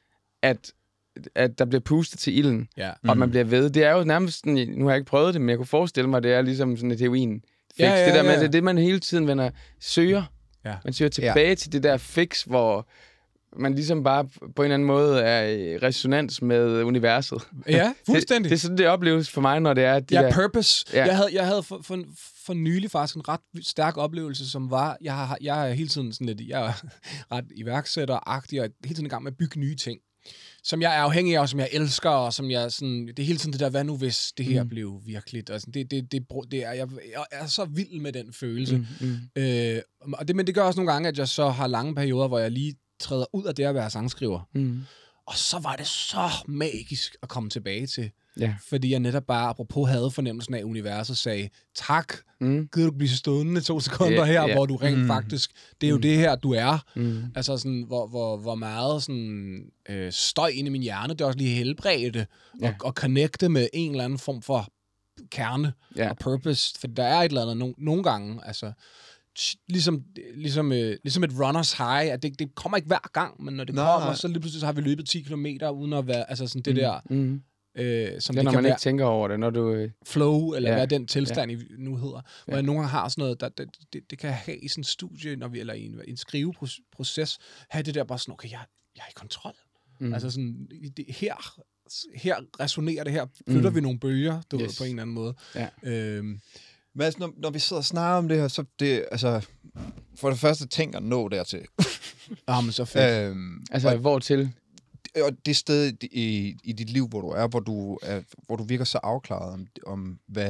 S3: at, at der bliver pustet til ilden,
S2: yeah.
S3: og mm. man bliver ved. Det er jo nærmest sådan, nu har jeg ikke prøvet det, men jeg kunne forestille mig, det er ligesom sådan et heroin fix.
S2: Ja, ja,
S3: det der med,
S2: ja.
S3: det er det, man hele tiden vender, søger. Ja. Man søger tilbage ja. til det der fix, hvor man ligesom bare på en eller anden måde er i resonans med universet.
S2: Ja, fuldstændig.
S3: Det, det er sådan, det opleves for mig, når det er... De
S2: ja,
S3: der,
S2: purpose.
S3: Ja.
S2: Jeg havde, jeg havde for, for, for nylig faktisk en ret stærk oplevelse, som var... Jeg, har, jeg er hele tiden sådan lidt... Jeg er ret iværksætteragtig, og hele tiden i gang med at bygge nye ting, som jeg er afhængig af, og som jeg elsker, og som jeg sådan... Det er hele tiden det der, hvad nu hvis det her mm. blev virkeligt? Og sådan, det, det, det, det er, jeg, jeg er så vild med den følelse. Mm, mm. Øh, og det, men det gør også nogle gange, at jeg så har lange perioder, hvor jeg lige træder ud af det at være sangskriver. Mm. Og så var det så magisk at komme tilbage til. Ja. Fordi jeg netop bare, apropos havde fornemmelsen af universet, sagde, tak, mm. gider du blive stående to sekunder yeah, her, yeah. hvor du rent mm. faktisk, det er jo mm. det her, du er. Mm. Altså sådan, hvor, hvor, hvor meget sådan, øh, støj inde i min hjerne, det er også lige helbredte, ja. og, og connecte med en eller anden form for kerne ja. og purpose. For der er et eller andet no, nogle gange, altså, Ligesom, ligesom, øh, ligesom et runners high, at det, det kommer ikke hver gang, men når det Nå, kommer, nej. så lige pludselig så har vi løbet ti kilometer, uden at være, altså sådan det mm, der, mm. øh, som
S3: det,
S2: det
S3: når
S2: kan
S3: man
S2: være,
S3: ikke tænker over det, når du...
S2: flow, eller ja. hvad den tilstand
S3: ja.
S2: nu hedder, hvor
S3: ja.
S2: jeg nogle gange har sådan noget, der, det, det, det kan jeg have i sådan en studie, når vi, eller i en, en skriveproces, have det der bare sådan, okay, jeg, jeg er i kontrol. Mm. Altså sådan, det, her, her resonerer det her, flytter mm. vi nogle bølger, du yes. ved, på en eller anden måde. Ja. Øhm,
S1: Men altså, når, når vi sidder og snakker om det her, så det, altså, for det første tænker nå dertil.
S2: Ah, men så fedt.
S3: Øhm, altså, og, hvor til?
S1: Og det sted i, i dit liv, hvor du er, hvor du, er, hvor du virker så afklaret om, om, hvad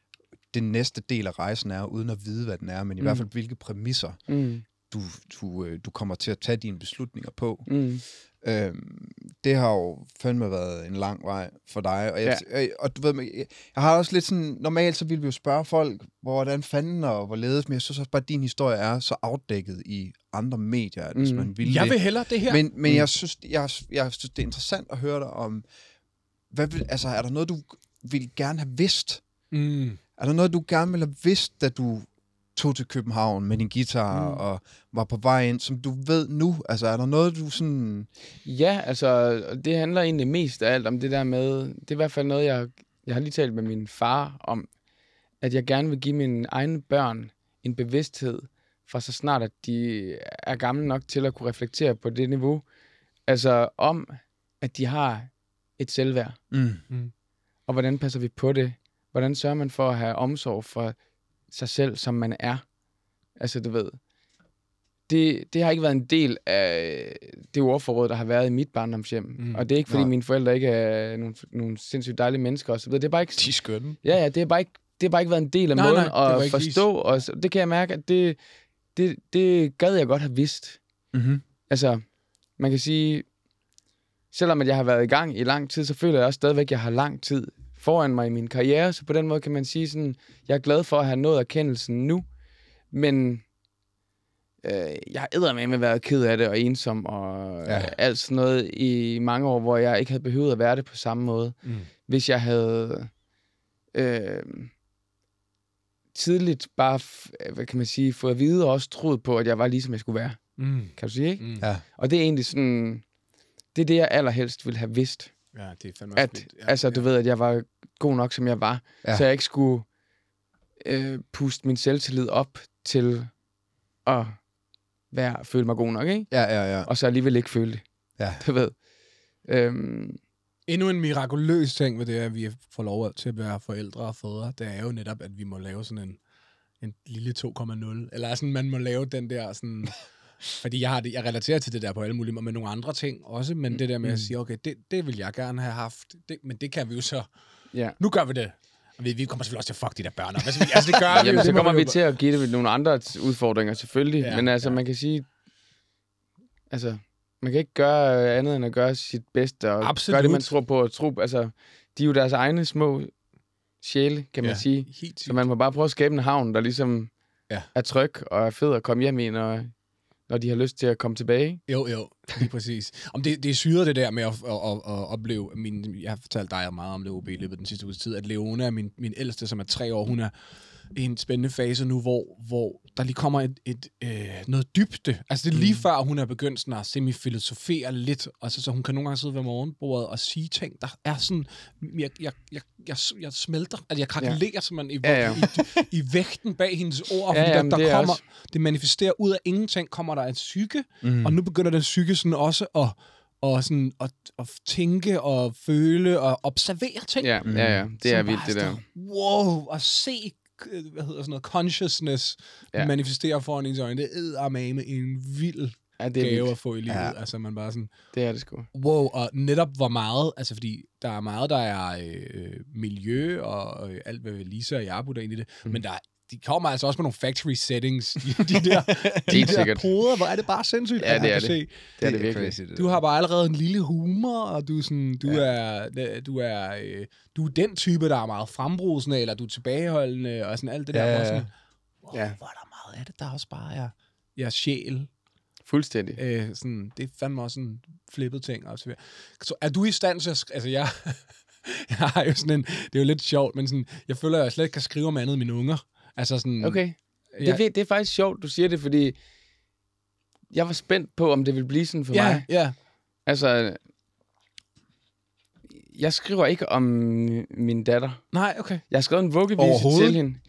S1: den næste del af rejsen er, uden at vide, hvad den er, men i mm. hvert fald, hvilke præmisser mm. du, du, du kommer til at tage dine beslutninger på. Mm. Øhm, det har jo fandme været en lang vej for dig, og, jeg, ja. og du ved, jeg, jeg har også lidt sådan, normalt så ville vi jo spørge folk, hvordan fanden og hvorledes, men jeg synes også bare, at din historie er så afdækket i andre medier, at hvis mm. man ville
S2: Jeg
S1: det.
S2: vil hellere det her.
S1: Men, men
S2: mm.
S1: jeg, synes, jeg, jeg synes, det er interessant at høre dig om, hvad vil, altså er der noget, du vil gerne have vidst?
S2: Mm.
S1: Er der noget, du gerne ville have vidst, da du tog til København med din guitar mm. og var på vej ind, som du ved nu? Altså, er der noget, du sådan...
S3: Ja, altså, det handler egentlig mest af alt om det der med... Det er i hvert fald noget, jeg, jeg har lige talt med min far om, at jeg gerne vil give mine egne børn en bevidsthed, fra så snart, at de er gamle nok til at kunne reflektere på det niveau. Altså, om, at de har et selvværd. Mm. Mm. Og hvordan passer vi på det? Hvordan sørger man for at have omsorg for sig selv, som man er? Altså, du ved... Det, det har ikke været en del af det ordforråd, der har været i mit barndomshjem. Mm. Og det er ikke, fordi Nej. mine forældre ikke er nogle, nogle sindssygt dejlige mennesker og så videre. Det er bare ikke...
S2: De er skønne.
S3: Ja, ja, det har bare ikke, det har bare ikke været en del af nej, måden nej, at forstå. Og så, det kan jeg mærke, at det, det, det gad jeg godt have vidst. Mm-hmm. Altså, man kan sige, selvom at jeg har været i gang i lang tid, så føler jeg også stadigvæk, at jeg har lang tid foran mig i min karriere. Så på den måde kan man sige sådan, jeg er glad for at have nået erkendelsen nu, men... Jeg har eddermame været ked af det og ensom og ja. alt sådan noget i mange år, hvor jeg ikke havde behøvet at være det på samme måde. Mm. Hvis jeg havde øh, tidligt bare, hvad kan man sige, fået at vide og også troet på, at jeg var ligesom jeg skulle være. Mm. Kan du sige, ikke?
S1: Mm. Ja.
S3: Og det er egentlig sådan... Det er det, jeg allerhelst ville have vidst.
S2: Ja, det er fandme
S3: at,
S2: vildt. Ja,
S3: altså, du
S2: ja.
S3: ved, at jeg var god nok, som jeg var. Ja. Så jeg ikke skulle øh, puste min selvtillid op til at være, føle mig god nok, ikke?
S1: Ja, ja, ja.
S3: Og så alligevel ikke føle det.
S1: Ja.
S3: Du ved. Øhm,
S2: Endnu en mirakuløs ting ved det, at vi får lov til at være forældre og fædre, det er jo netop, at vi må lave sådan en, en lille to komma nul. Eller sådan, man må lave den der sådan... Fordi jeg har det, jeg relaterer til det der på alle mulige, og med nogle andre ting også, men mm. det der med at sige, okay, det, det vil jeg gerne have haft, det, men det kan vi jo så...
S3: Ja.
S2: Nu gør vi det. Og vi, vi kommer selvfølgelig også til at fuck de der børn op. Altså, vi, altså det gør
S3: Jamen,
S2: vi,
S3: så
S2: det
S3: kommer vi
S2: jo...
S3: til at give det nogle andre udfordringer, selvfølgelig. Ja, men altså, ja. man kan sige... Altså, man kan ikke gøre andet end at gøre sit bedste, og Absolut. gøre det, man tror på. Og tro, altså, de er jo deres egne små sjæle, kan man ja, sige. Så man må bare prøve at skabe en havn, der ligesom ja. er tryg og er fed at komme hjem i, når... når de har lyst til at komme tilbage.
S2: Jo, jo, lige præcis. Om det, det er syret det der med at, at, at, at opleve, min, jeg har fortalt dig meget om det, O B, i løbet af den sidste uges tid, at Leona er min, min ældste, som er tre år, hun er i en spændende fase nu, hvor, hvor der lige kommer et, et, øh, noget dybde. Altså det er lige mm. før, hun er begyndt sådan at semifilosofere lidt, altså, så hun kan nogle gange sidde ved morgenbordet og sige ting, der er sådan, jeg, jeg, jeg, jeg, jeg smelter, altså jeg krakelerer ja. simpelthen i, ja, ja. i, i vægten bag hendes ord,
S3: ja,
S2: fordi
S3: jamen,
S2: der, der
S3: det
S2: kommer,
S3: også.
S2: det manifesterer ud af ingenting, kommer der et psyke, mm. og nu begynder den psyke sådan også at og sådan at, at tænke og føle og observere ting.
S3: Ja, ja, ja. Det er vildt, det der.
S2: Wow, og se, hvad hedder sådan noget, consciousness ja. manifestere foran ens øjne. Det er eddermame en vild ja, det er gave vildt. At få i livet. Ja. Altså man bare sådan...
S3: Det er det sgu.
S2: Wow, og netop hvor meget, altså fordi der er meget, der er øh, miljø og øh, alt, hvad Lisa og jeg putter ind i det, mm. men der er de kommer altså også med nogle factory settings, de, de der, de der poder, hvor er det bare sindssygt.
S3: Ja, det er det.
S2: Se.
S3: Det er det virkelig.
S1: Crazy, det
S2: du har bare allerede en lille humor, og du er sådan, du ja. er, du er, øh, du er den type, der er meget frembrusende, eller du er tilbageholdende, og sådan alt det der. Ja, ja. Sådan, wow, ja. Hvor er der meget af det, der også bare er, er sjæl.
S3: Fuldstændig.
S2: Øh, sådan, det er fandme også en flippet ting. Også. Så er du i stand til at, altså jeg, jeg har jo sådan en, det er jo lidt sjovt, men sådan, jeg føler, at jeg slet ikke kan skrive om andet end mine unger. Altså sådan...
S3: Okay. Det, ja. det er faktisk sjovt, du siger det, fordi jeg var spændt på, om det ville blive sådan for
S2: ja,
S3: mig.
S2: Ja,
S3: Altså, jeg skriver ikke om min datter.
S2: Nej, okay.
S3: Jeg har skrevet en vuggevise til hende.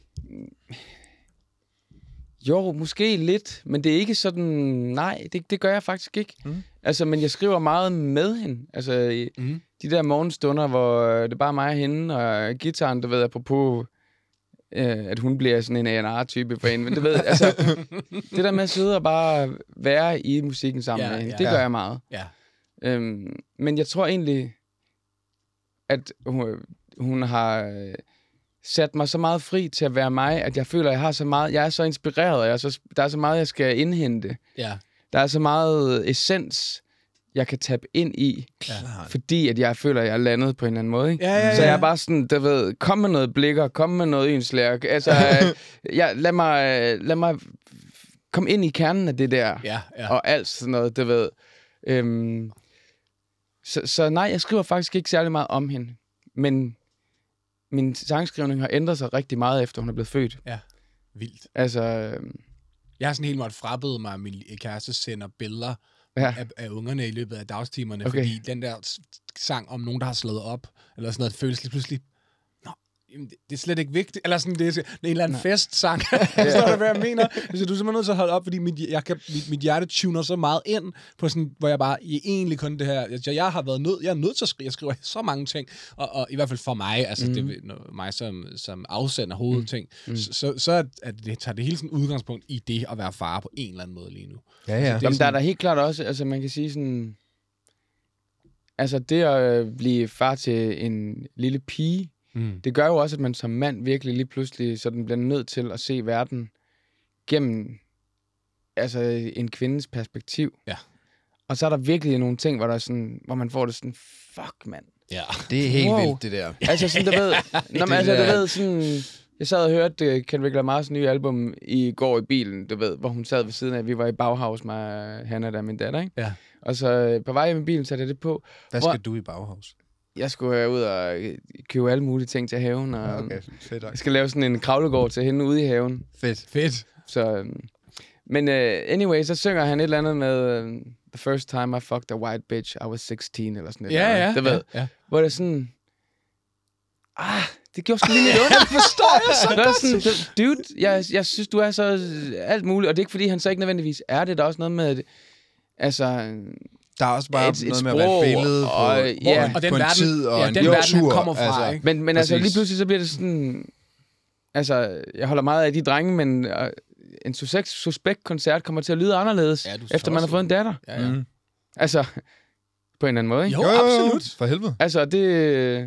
S3: Jo, måske lidt, men det er ikke sådan... Nej, det, det gør jeg faktisk ikke. Mm. Altså, men jeg skriver meget med hende. Altså, mm. de der morgenstunder, hvor det bare er mig og hende, og gitaren, du ved, apropos... at hun bliver sådan en A and R-type for hende. Men du ved, altså, det der med at sidde og bare være i musikken sammen ja, med hende, ja, det gør jeg meget.
S2: Ja.
S3: Øhm, men jeg tror egentlig, at hun, hun har sat mig så meget fri til at være mig, at jeg føler, at jeg har så meget, jeg er så inspireret, og jeg er så, der er så meget, jeg skal indhente.
S2: Ja.
S3: Der er så meget essens, jeg kan tabe ind i, ja. fordi at jeg føler, at jeg er landet på en eller anden måde. Ikke?
S2: Ja, ja, ja.
S3: Så jeg er bare sådan, du ved, kom med noget blikker, kom med noget enslæg. Altså, ja, lad mig, lad mig komme ind i kernen af det der,
S2: ja, ja.
S3: og alt sådan noget, du ved. Øhm, så, så nej, jeg skriver faktisk ikke særlig meget om hende, men min sangskrivning har ændret sig rigtig meget, efter hun er blevet født.
S2: Ja, vildt.
S3: Altså... Øhm,
S2: jeg har sådan helt måttet frabede mig, at min kæreste sender billeder ja. af, af ungerne i løbet af dagstimerne, okay. fordi den der sang om nogen, der har slået op, eller sådan noget, føles lige pludselig, nå, det er slet ikke vigtigt, eller sådan, det er en eller anden festsang, forstår du, hvad jeg mener? Så du er simpelthen nødt til at holde op, fordi mit, jeg kan, mit, mit hjerte tuner så meget ind, på sådan, hvor jeg bare, jeg egentlig kun det her, jeg, jeg har været nødt, jeg er nødt til at skrive, jeg skriver så mange ting, og, og i hvert fald for mig, altså mm. det er mig som, som afsender hovedting, mm. så, så, så at, at det tager det hele sådan udgangspunkt i det at være far på en eller anden måde lige nu.
S1: Ja, ja.
S3: Jamen, sådan, der er der helt klart også, altså man kan sige sådan, altså det at blive far til en lille pige, mm. det gør jo også, at man som mand virkelig lige pludselig sådan bliver nødt til at se verden gennem altså en kvindes perspektiv.
S2: Ja.
S3: Og så er der virkelig nogle ting, hvor, der er sådan, hvor man får det sådan, fuck, mand.
S1: Ja, det er helt wow. vildt, det der.
S3: Altså sådan, du ved, når man, altså, du ved sådan, jeg sad og hørte uh, Kendrick Lamars nye album i går i bilen, du ved, hvor hun sad ved siden af, vi var i Bauhaus med Hanna, der er min datter, ikke?
S2: Ja.
S3: Og så på vej hjem i bilen satte jeg det på.
S1: Hvad skal hvor, du i Bauhaus?
S3: Jeg skulle ud og købe alle mulige ting til haven, og
S1: okay. Fedt, okay.
S3: jeg skal lave sådan en kravlegård til hende ude i haven.
S1: Fedt.
S2: Fedt.
S3: Så, Men uh, anyway, så synger han et eller andet med uh, The first time I fucked a white bitch, I was sixteen, eller sådan noget.
S2: Ja, ja,
S3: det ved,
S2: ja, ja.
S3: Hvor det er sådan... Ah, det gjorde sgu lige lidt ondt.
S2: Det forstår jeg så
S3: Det er
S2: godt.
S3: sådan, dude, jeg, jeg synes, du er så alt muligt. Og det er ikke, fordi han så ikke nødvendigvis er det. Der er også noget med... Altså...
S1: Der er også bare
S3: Et- et
S1: noget med at være et
S3: sprog,
S1: billede på,
S3: og- ja.
S1: på,
S2: Og den
S1: på en
S2: verden-
S1: tid og
S2: ja,
S1: en
S2: den verden, han
S1: kultur.
S2: kommer fra, ikke?
S3: Men, men altså,
S1: Præcis.
S3: lige pludselig så bliver det sådan... Altså, jeg holder meget af de drenge, men uh, en suspekt, suspekt koncert kommer til at lyde anderledes,
S2: Ja,
S3: ja,
S2: du
S3: efter man har
S2: tosset.
S3: fået en datter.
S2: Ja, ja.
S1: Mm.
S3: Altså, på en eller anden måde, ikke?
S2: Jo, absolut.
S1: For helvede.
S3: Altså, det...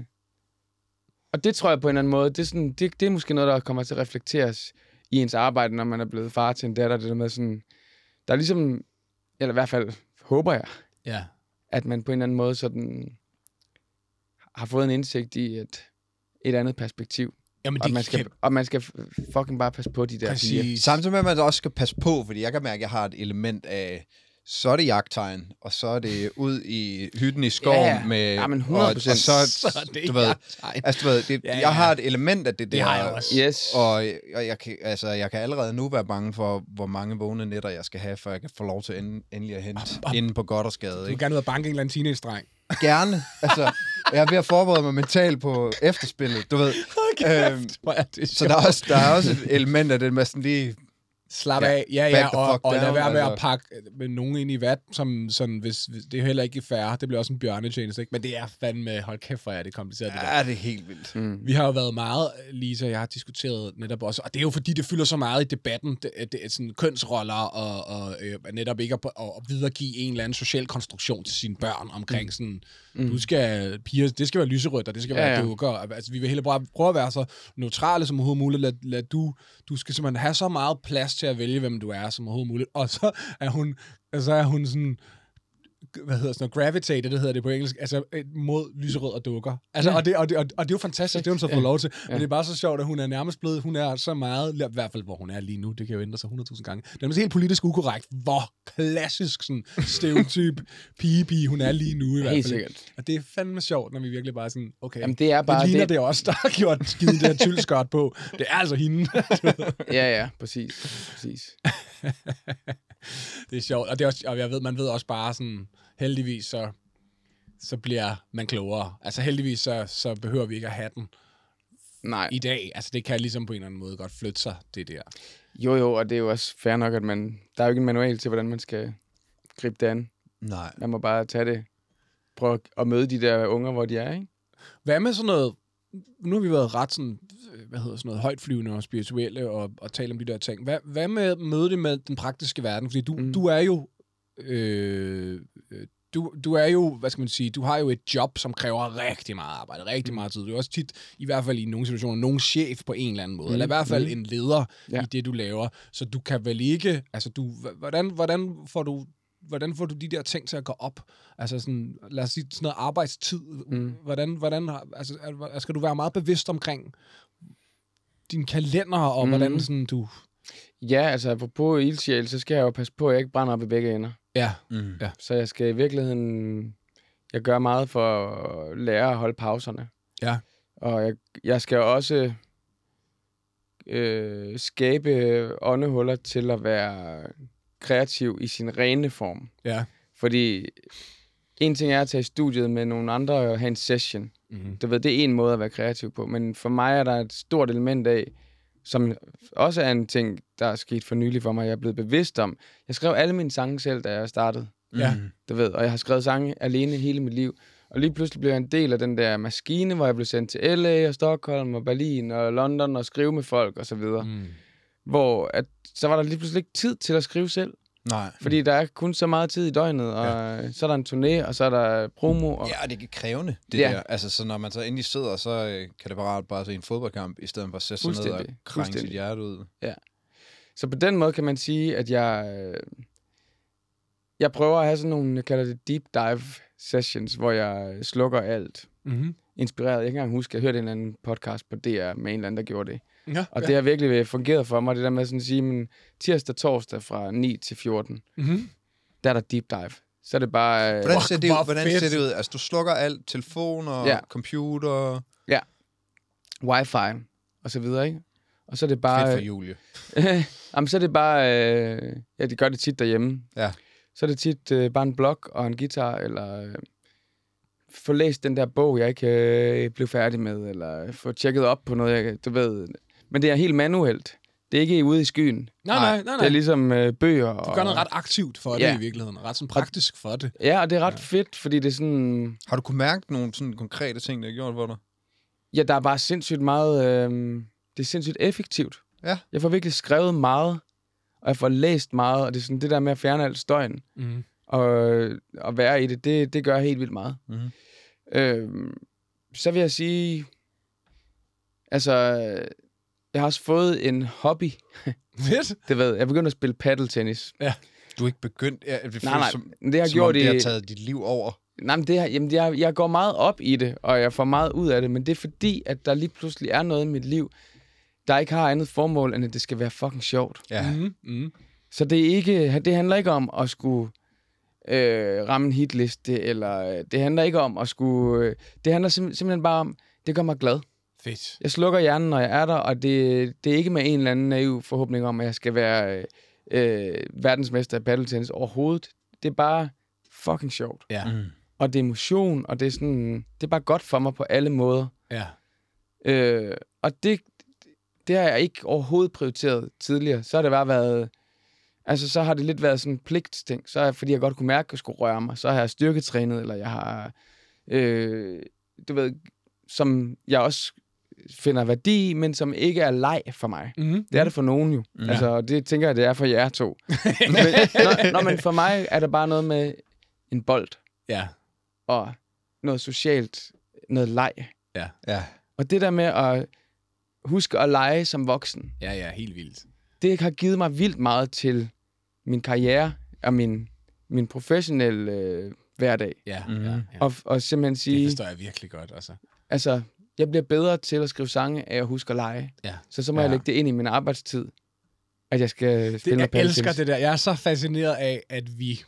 S3: Og det tror jeg på en eller anden måde, det er, sådan, det, det er måske noget, der kommer til at reflekteres i ens arbejde, når man er blevet far til en datter. Det der med sådan... Der er ligesom... Eller i hvert fald håber jeg,
S2: Ja.
S3: at man på en eller anden måde sådan... har fået en indsigt i et, et andet perspektiv.
S2: Jamen,
S3: Og
S2: det
S3: man, skal,
S2: kan...
S3: og man skal fucking bare passe på de der piger.
S2: Præcis.
S1: Samtidig med, at man også skal passe på, fordi jeg kan mærke, at jeg har et element af, så er det jagttegn, og så er det ud i hytten i skoven
S3: Ja,
S1: med...
S3: ja, men hundrede
S1: og, og
S3: procent.
S1: så,
S2: Så er det
S1: du ved,
S2: jagttegn.
S1: altså, du ved, det,
S2: Ja, ja,
S1: jeg har
S2: ja.
S1: et element af det der.
S2: Det har jeg også.
S3: Yes.
S1: Og, og jeg, kan, altså, jeg kan allerede nu være bange for, hvor mange vågne nætter jeg skal have, før jeg kan få lov til end, endelig at hente
S2: Op, op.
S1: inde på Goddersgade.
S2: Du vil
S1: Ikke?
S2: gerne ud og banke en eller anden teenage-dreng.
S1: Gerne. Altså, jeg er ved at forberede mig mentalt på efterspillet, du ved. Øhm,
S2: Hvor er det
S1: så der er, også, der er også et element af det med sådan lige...
S2: Slap
S1: Ja,
S2: af. Ja,
S1: back
S2: ja,
S1: the
S2: og,
S1: fuck
S2: og lad
S1: down,
S2: være med
S1: altså.
S2: at pakke med nogen ind i vat, som sådan, hvis, hvis, det er heller ikke fair. Det bliver også en bjørnetjeneste, ikke? Men det er fandme, hold kæft, hvor er det kompliceret, det der.
S1: Ja, det er helt vildt.
S3: Mm.
S2: Vi har jo været meget, Lisa og jeg har diskuteret netop også, og det er jo fordi, det fylder så meget i debatten, det, det er sådan kønsroller og, og øh, netop ikke at, at, at videregive en eller anden social konstruktion til sine børn omkring sådan,
S3: Mm.
S2: du skal, piger, det skal være lyserødt, og det skal
S3: Ja,
S2: være
S3: ja.
S2: dukker. Altså, vi vil heller bare prøve at være så neutrale som overhovedet muligt. Lad, lad du, du skal simpelthen have så meget plads til at vælge, hvem du er som overhovedet muligt. Og så er hun, så er hun sådan, hvad hedder sådan noget, gravitated, det hedder det på engelsk, altså mod lyserød og dukker. Altså,
S3: Ja.
S2: og, det, og, det, og, og det er jo fantastisk, det har hun så fået
S3: Ja.
S2: lov til. Men
S3: Ja.
S2: det er bare så sjovt, at hun er nærmest blevet, hun er så meget, i hvert fald hvor hun er lige nu, det kan jo ændre sig hundrede tusind gange. Det er helt politisk ukorrekt, hvor klassisk sådan stereotyp pige hun er lige nu i hvert fald.
S3: Helt sikkert.
S2: Og det er fandme sjovt, når vi virkelig bare er sådan, okay,
S3: Jamen, det er bare...
S2: det ligner
S3: det,
S2: det også, der har gjort givet det her tyldskørt på. Det er altså hende.
S3: Ja, ja, præcis. præcis.
S2: Det er sjovt, og, det er også, og jeg ved, man ved også bare sådan, heldigvis så, så bliver man klogere. Altså heldigvis så, så behøver vi ikke at have den
S3: Nej.
S2: i dag. Altså det kan ligesom på en eller anden måde godt flytte sig, det der.
S3: Jo, jo, og det er jo også fair nok, at man... Der er jo ikke en manual til, hvordan man skal gribe det an.
S1: Nej.
S3: Man må bare tage det. Prøve at møde de der unger, hvor de er, ikke?
S2: Hvad med sådan noget, nu har vi været ret sådan, hvad hedder sådan noget, højtflyvende og spirituelle og, og tale om de der ting. Hvad, hvad med møde det med den praktiske verden? Fordi du, mm.
S3: Mm.
S2: du er jo, øh, du, du er jo, hvad skal man sige, du har jo et job, som kræver rigtig meget arbejde, rigtig mm. meget tid. Du er også tit, i hvert fald i nogle situationer, nogen chef på en eller anden måde, mm. eller i hvert fald
S3: Mm.
S2: en leder
S3: Ja.
S2: i det, du laver. Så du kan vel ikke, altså du, hvordan, hvordan får du hvordan får du de der ting til at gå op? Altså sådan, lad os sige, sådan noget arbejdstid.
S3: Mm.
S2: Hvordan, hvordan, har- altså, er- skal du være meget bevidst omkring din kalender, og
S3: Mm.
S2: hvordan sådan du...
S3: Ja, altså, apropos ildsjæl, så skal jeg jo passe på, at jeg ikke brænder op i begge ender.
S2: Ja,
S1: Mm.
S2: Ja.
S3: Så jeg skal i virkeligheden... Jeg gør meget for at lære at holde pauserne.
S2: ja,
S3: Og jeg, jeg skal også øh, skabe åndehuller til at være kreativ i sin rene form.
S2: ja.
S3: Fordi en ting er at tage i studiet med nogle andre og have en session.
S2: Mm-hmm.
S3: Du ved, det er en måde at være kreativ på. Men for mig er der et stort element af, som også er en ting, der er sket for nylig for mig, jeg er blevet bevidst om. Jeg skrev alle mine sange selv, da jeg startede.
S2: Ja.
S1: Mm.
S3: Du ved, og jeg har skrevet sange alene hele mit liv. Og lige pludselig blev jeg en del af den der maskine, hvor jeg blev sendt til L A og Stockholm og Berlin og London og skrive med folk og så videre.
S2: Mm.
S3: Hvor at, så var der lige pludselig ikke tid til at skrive selv.
S1: Nej.
S3: Fordi der er kun så meget tid i døgnet, og ja. Så er der en turné, og så er der promo. Og...
S1: Ja, og det er krævende, det
S3: Ja.
S1: der. Altså, så når man så endelig sidder, så øh, kan det være rart bare at se en fodboldkamp, i stedet for at sætte sig ned og
S3: Fuldstændig.
S1: krænge sit
S3: Fuldstændig.
S1: hjerte ud.
S3: Så på den måde kan man sige, at jeg, øh, jeg prøver at have sådan nogle, jeg kalder det deep dive sessions, hvor jeg slukker alt.
S2: Mm-hmm.
S3: Inspireret. Jeg kan ikke engang huske, at jeg hørte en eller anden podcast på D R med en eller anden, der gjorde det.
S2: Ja,
S3: Og
S2: ja.
S3: det har virkelig fungeret for mig, det der med sådan at sige, men tirsdag, torsdag fra ni til fjorten,
S2: Mm-hmm.
S3: der er der deep dive. Så er det bare... Øh,
S1: Hvordan ser det
S2: hvor
S1: ud? Hvordan
S2: fedt.
S1: ser det ud? Altså, du slukker alt, telefon og
S3: Ja.
S1: computer.
S3: wifi og så videre, ikke? Og så er det
S1: Fedt
S3: bare...
S1: for Julie.
S3: Jamen, så er det bare... Øh, ja, de gør det tit derhjemme.
S1: Ja.
S3: Så er det tit øh, bare en blog og en guitar, eller øh, få læst den der bog, jeg ikke øh, blev færdig med, eller få tjekket op på noget, jeg, du ved. Men det er helt manuelt. Det er ikke ude i skyen.
S2: Nej, nej, nej, nej.
S3: Det er ligesom øh, bøger.
S2: Du gør noget ret aktivt for
S3: Ja.
S2: det i virkeligheden. Ret sådan praktisk for det.
S3: Ja, og det er ret ja. fedt, fordi det er sådan...
S1: Har du kunne mærke nogle sådan konkrete ting, der har gjort for dig?
S3: Ja, der er bare sindssygt meget... Øh, det er sindssygt effektivt.
S1: Ja. Jeg
S3: får virkelig skrevet meget, og jeg får læst meget, og det er sådan det der med at fjerne alt støjen,
S2: mm.
S3: og, og være i det, det, det gør helt vildt meget.
S1: Mm.
S3: Øh, så vil jeg sige... Altså... Jeg har også fået en hobby.
S2: Fedt.
S3: Det ved jeg. Jeg begyndte at spille paddeltennis.
S2: Ja.
S1: Du er ikke begyndt... Ja, det
S3: nej, nej.
S1: Som,
S3: det har
S1: som
S3: gjort
S1: om det
S3: i...
S1: har taget dit liv over.
S3: Nej, men det har, jamen det har, jeg går meget op i det, og jeg får meget ud af det, men det er fordi, at der lige pludselig er noget i mit liv, der ikke har andet formål, end at det skal være fucking sjovt.
S1: Ja.
S2: Mm, mm.
S3: Så det, er ikke, det handler ikke om at skulle øh, ramme en hitliste, eller det handler ikke om at skulle... Øh, det handler sim- simpelthen bare om, det gør mig glad.
S2: Fedt.
S3: Jeg slukker hjernen, når jeg er der, og det, det er ikke med en eller anden naiv forhåbning om, at jeg skal være øh, verdensmester i paddeltennis overhovedet. Det er bare fucking sjovt.
S2: Ja.
S1: Mm.
S3: Og det er emotion, og det er sådan, det er bare godt for mig på alle måder.
S2: Ja.
S3: Øh, og det, det har jeg ikke overhovedet prioriteret tidligere. Så har det bare været, altså så har det lidt været sådan en pligtsting. Så er, fordi jeg godt kunne mærke, at jeg skulle røre mig, så har jeg styrketrænet, eller jeg har, øh, du ved, som jeg også finder værdi i, men som ikke er leg for mig.
S2: Mm.
S3: Det er det for nogen jo.
S1: Mm.
S3: Altså, og det tænker jeg, det er for jer to. men, nå, nå, men for mig er det bare noget med en bold.
S2: Ja.
S3: Og noget socialt, noget leg.
S2: Ja.
S1: Ja.
S3: Og det der med at huske at lege som voksen,
S2: Ja, ja, helt vildt.
S3: det har givet mig vildt meget til min karriere og min, min professionelle øh, hverdag.
S2: Ja,
S1: Mhm.
S2: ja, ja.
S3: Og, og simpelthen
S2: Det
S3: sige,
S2: forstår jeg virkelig godt, altså.
S3: altså, jeg bliver bedre til at skrive sange af at huske at lege.
S2: Ja.
S3: Så så må
S2: Ja.
S3: jeg lægge det ind i min arbejdstid, at jeg skal
S2: Det,
S3: spille
S2: jeg
S3: noget
S2: elsker
S3: paddeltennis.
S2: det der. Jeg er så fascineret af, at vi...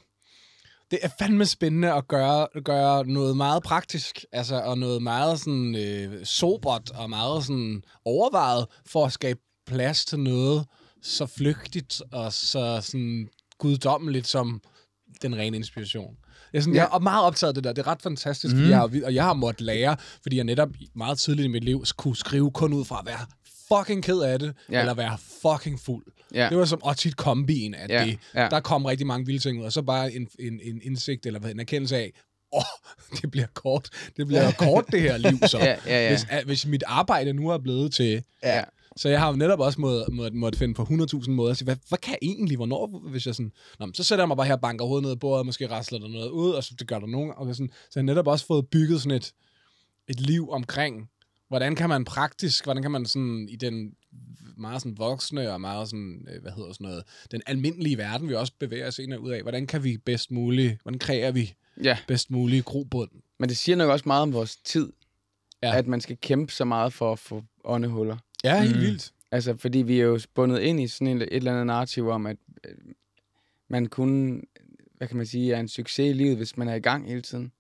S2: Det er fandme spændende at gøre, gøre noget meget praktisk, altså, og noget meget sådan øh, sobert og meget sådan overvejet for at skabe plads til noget så flygtigt og så sådan guddommeligt som den rene inspiration. Jeg er, sådan,
S3: Ja.
S2: jeg er meget optaget af det der. Det er ret fantastisk,
S1: Mm.
S2: fordi jeg har, og jeg har måttet lære, fordi jeg netop meget tidligt i mit liv kunne skrive kun ud fra at være fucking ked af det,
S3: Ja.
S2: eller være fucking fuld.
S3: Ja.
S2: Det var som og tit kombien af
S3: Ja,
S2: det.
S3: ja.
S2: Der kom rigtig mange vilde ting ud, og så bare en, en, en indsigt, eller hvad, en erkendelse af, åh, oh, det bliver kort. Det bliver kort, det her liv, så.
S3: Ja, ja, ja.
S2: Hvis, at, hvis mit arbejde nu er blevet til...
S3: Ja.
S2: Så jeg har jo netop også måttet må, må finde på hundrede tusind måder at sige, hvad, hvad kan jeg egentlig, hvornår, hvis jeg sådan... Nå, men så sætter jeg mig bare her og banker hovedet ned i bordet, og måske rasler der noget ud, og så det gør der nogen... Og sådan, så jeg har netop også fået bygget sådan et, et liv omkring, hvordan kan man praktisk, hvordan kan man sådan i den meget sådan voksne og meget sådan, øh, hvad hedder sådan noget, den almindelige verden, vi også bevæger os ind og ud af, hvordan kan vi bedst muligt, hvordan kræver vi
S3: Ja,
S2: bedst muligt grobund?
S3: men det siger nok også meget om vores tid,
S2: Ja.
S3: ja. at man skal kæmpe så meget for at få åndehuller.
S2: Ja, helt
S1: Mm.
S2: vildt.
S3: Altså, fordi vi er jo bundet ind i sådan et, et eller andet narrativ om, at øh, man kun, hvad kan man sige, er en succes i livet, hvis man er i gang hele tiden.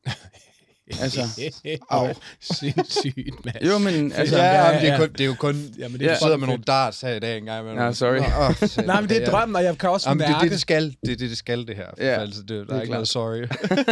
S3: Altså,
S2: Au. Sindssygt, Mads.
S3: jo, men altså...
S1: Ja,
S2: ja,
S1: ja, det, er
S2: ja.
S1: kun, det er jo kun...
S2: Jamen,
S1: Ja,
S2: er
S1: du sidder
S2: fucking
S1: med nogle
S2: fedt.
S1: darts her i dag engang. Med
S3: Nå, sorry.
S1: Oh,
S2: Nej, men det er drømmen, og jeg kan også
S1: Jamen, det er
S2: mærke...
S1: det, det skal. Det er det, det skal, det her.
S3: Ja,
S1: Altså, det, der
S3: det
S1: er,
S3: er
S1: ikke noget sorry.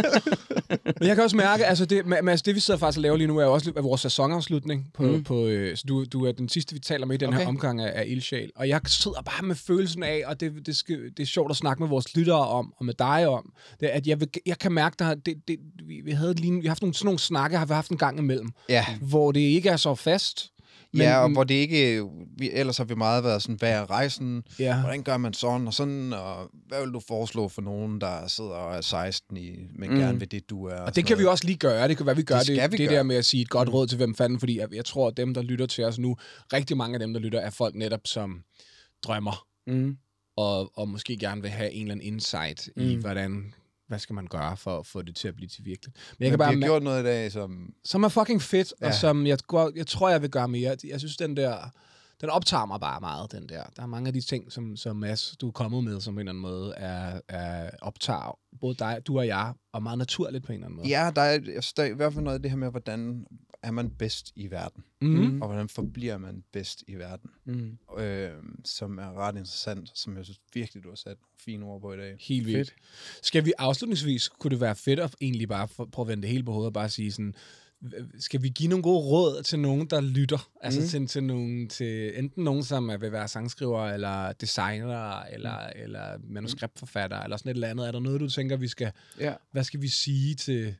S2: Men jeg kan også mærke, altså det, Mads, det vi sidder faktisk og laver lige nu, er jo også lidt af vores sæsonafslutning. På,
S3: Mm.
S2: på, øh, så du, du er den sidste, vi taler med i den okay. her
S3: Okay.
S2: omgang af, af Ildsjæl. Og jeg sidder bare med følelsen af, og det, det, skal, det er sjovt at snakke med vores lyttere om, og med dig om, det er, at jeg, vil, jeg kan mærke, der, det, det, vi, vi, havde lige, vi har haft nogle, sådan nogle snakke, har vi haft en gang imellem,
S1: Ja.
S2: hvor det ikke er så fast.
S1: Men, ja, og hvor det ikke... Vi, ellers har vi meget været sådan, hvad er rejsen?
S2: Ja.
S1: Hvordan gør man sådan og sådan? Og hvad vil du foreslå for nogen, der sidder og er seksten, i, men
S3: Mm.
S1: gerne vil det, du er?
S2: Og det kan vi også lige gøre. Det kan være, vi gør
S1: Det
S2: det.
S1: skal
S2: Det,
S1: vi
S2: det
S1: gøre.
S2: der med at sige et godt råd til hvem fanden, fordi jeg, jeg tror, at dem, der lytter til os nu, rigtig mange af dem, der lytter, er folk netop som drømmer,
S3: Mm.
S2: og, og måske gerne vil have en eller anden insight mm. i,
S3: Mm.
S2: hvordan, hvad skal man gøre for at få det til at blive til virkelighed. Men jeg
S1: Men
S2: kan
S1: vi
S2: bare
S1: har
S2: mær-
S1: gjort noget i dag, som...
S2: som er fucking fedt, ja.
S1: Ja.
S2: og som jeg, går, jeg tror, jeg vil gøre mere. Jeg synes, den der, den optager mig bare meget, den der. Der er mange af de ting, som, som Mads, du er kommet med, som på en eller anden måde er, er optager både dig, du og jeg, og meget naturligt på en eller anden måde.
S1: Ja, der er, jeg synes, der er i hvert fald noget af det her med, hvordan er man bedst i verden?
S2: Mm.
S1: Og hvordan forbliver man bedst i verden?
S3: Mm.
S1: Øh, som er ret interessant, som jeg synes virkelig, du har sat nogle fine ord på i dag.
S2: Helt vildt. Skal vi afslutningsvis, kunne det være fedt at egentlig bare for, prøve at vende det hele på hovedet og bare sige sådan, skal vi give nogle gode råd til nogen, der lytter? Altså
S3: Mm.
S2: til, til, nogen, til enten nogen, som er, vil være sangskriver, eller designer, eller, eller manuskriptforfatter, eller sådan et eller andet. Er der noget, du tænker, vi skal...
S3: Ja.
S2: Hvad skal vi sige til...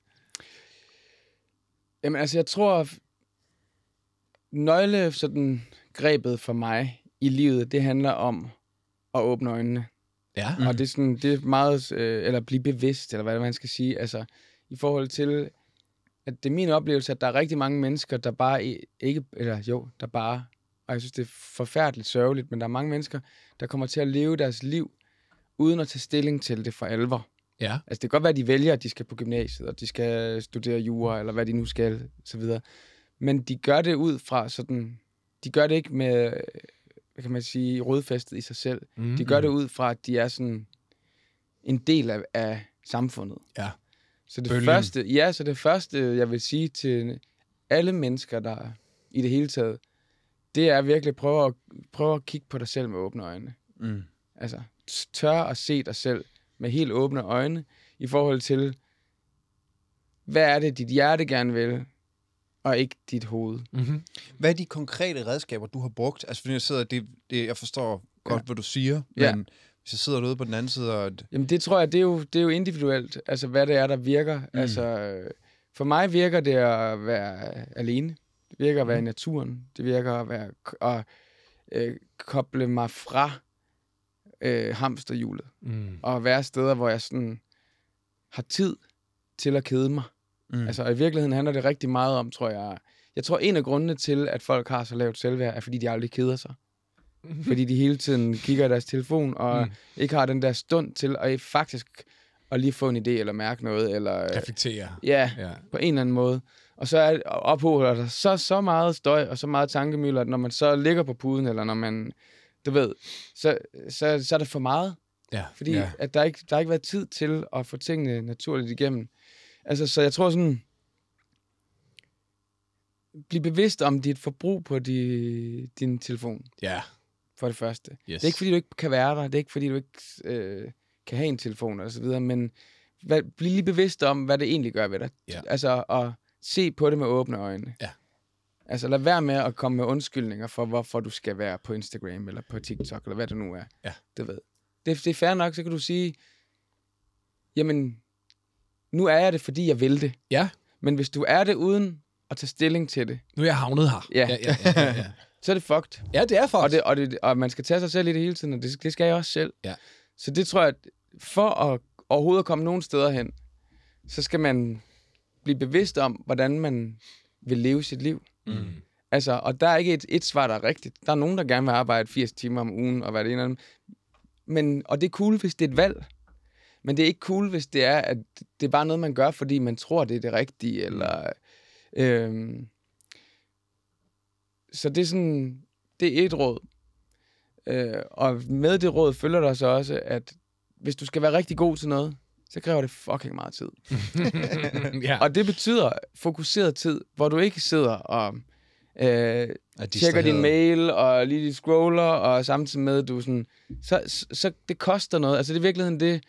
S3: Jamen altså, jeg tror, nøgle sådan grebet for mig i livet, det handler om at åbne øjnene.
S2: Ja.
S3: Mm. Og det er, sådan, det er meget, øh, eller blive bevidst, eller hvad man skal sige, altså i forhold til, at det er min oplevelse, at der er rigtig mange mennesker, der bare ikke, eller jo, der bare, og jeg synes, det er forfærdeligt sørgeligt, men der er mange mennesker, der kommer til at leve deres liv, uden at tage stilling til det for alvor.
S2: Ja.
S3: Altså det kan godt være, at de vælger, at de skal på gymnasiet, og de skal studere jura, eller hvad de nu skal, så videre. Men de gør det ud fra sådan, de gør det ikke med, hvad kan man sige, rodfæstet i sig selv.
S2: Mm.
S3: De gør det ud fra, at de er sådan en del af, af samfundet.
S2: Ja.
S3: Så det
S1: Bølgen.
S3: første, ja, så det første, jeg vil sige til alle mennesker, der i det hele taget, det er virkelig at prøve at, prøve at kigge på dig selv med åbne øjne.
S1: Mm.
S3: Altså, tør at se dig selv med helt åbne øjne, i forhold til, hvad er det, dit hjerte gerne vil, og ikke dit hoved.
S2: Mm-hmm.
S1: Hvad er de konkrete redskaber, du har brugt? Altså, fordi jeg sidder, det, det, jeg forstår godt,
S3: Ja.
S1: hvad du siger,
S3: Ja.
S1: men hvis jeg sidder derude på den anden side, og...
S3: Jamen det tror jeg, det er jo, det er jo individuelt, altså hvad det er, der virker. Mm. Altså, øh, for mig virker det at være alene. Det virker at være i naturen. Det virker at være at øh, koble mig fra øh, hamsterhjulet.
S2: Mm.
S3: Og være steder, hvor jeg sådan har tid til at kede mig.
S1: Mm.
S3: Altså, og i virkeligheden handler det rigtig meget om, tror jeg... Jeg tror, en af grundene til, at folk har så lavt selvværd, er, fordi de aldrig keder sig. Fordi de hele tiden kigger i deres telefon, og mm. ikke har den der stund til at faktisk at lige få en idé, eller mærke noget, eller...
S2: Reflektere.
S3: Ja,
S2: Ja.
S3: på en eller anden måde. Og så er ophober der så, så meget støj, og så meget tankemøller, at når man så ligger på puden, eller når man... Du ved, så, så, så er det for meget.
S2: Ja.
S3: Fordi
S1: Ja.
S3: at der ikke der har ikke været tid til at få tingene naturligt igennem. Altså, så jeg tror sådan... Bliv bevidst om dit forbrug på di, din telefon,
S2: Ja.
S3: for det første.
S2: Yes.
S3: Det er ikke, fordi du ikke kan være der. Det er ikke, fordi du ikke øh, kan have en telefon, og så videre. Men hvad, bliv lige bevidst om, hvad det egentlig gør ved dig.
S2: Ja.
S3: Altså, at se på det med åbne øjne.
S2: Ja.
S3: Altså, lad være med at komme med undskyldninger for, hvorfor du skal være på Instagram, eller på TikTok, eller hvad det nu er.
S2: Ja.
S3: Du ved. Det, det er fair nok, så kan du sige, jamen, nu er jeg det, fordi jeg vil det.
S2: Ja.
S3: Men hvis du er det uden at tage stilling til det,
S2: Nu er jeg havnet her.
S3: Ja.
S2: Ja, ja, ja, ja, ja.
S3: så er det fucked.
S2: ja det er
S3: Og,
S2: faktisk.
S3: det, og, det, og man skal tage sig selv i det hele tiden, og det, det skal jeg også selv.
S2: Ja.
S3: Så det tror jeg, at for at overhovedet at komme nogen steder hen, så skal man blive bevidst om, hvordan man vil leve sit liv.
S2: Mm.
S3: Altså, og der er ikke et, et svar, der er rigtigt. Der er nogen, der gerne vil arbejde firs timer om ugen, og hvad det ene af dem. Men, og det er cool, hvis det er et valg. Men det er ikke cool, hvis det er, at det er bare noget, man gør, fordi man tror, det er det rigtige, eller... Øhm, så det er sådan, det er et råd. Øh, og med det råd følger der så også, at hvis du skal være rigtig god til noget, så kræver det fucking meget tid.
S2: ja.
S3: Og det betyder fokuseret tid, hvor du ikke sidder og øh, tjekker din mail, og lige scroller, og samtidig med, at du sådan... Så, så, så det koster noget. Altså det er i virkeligheden det,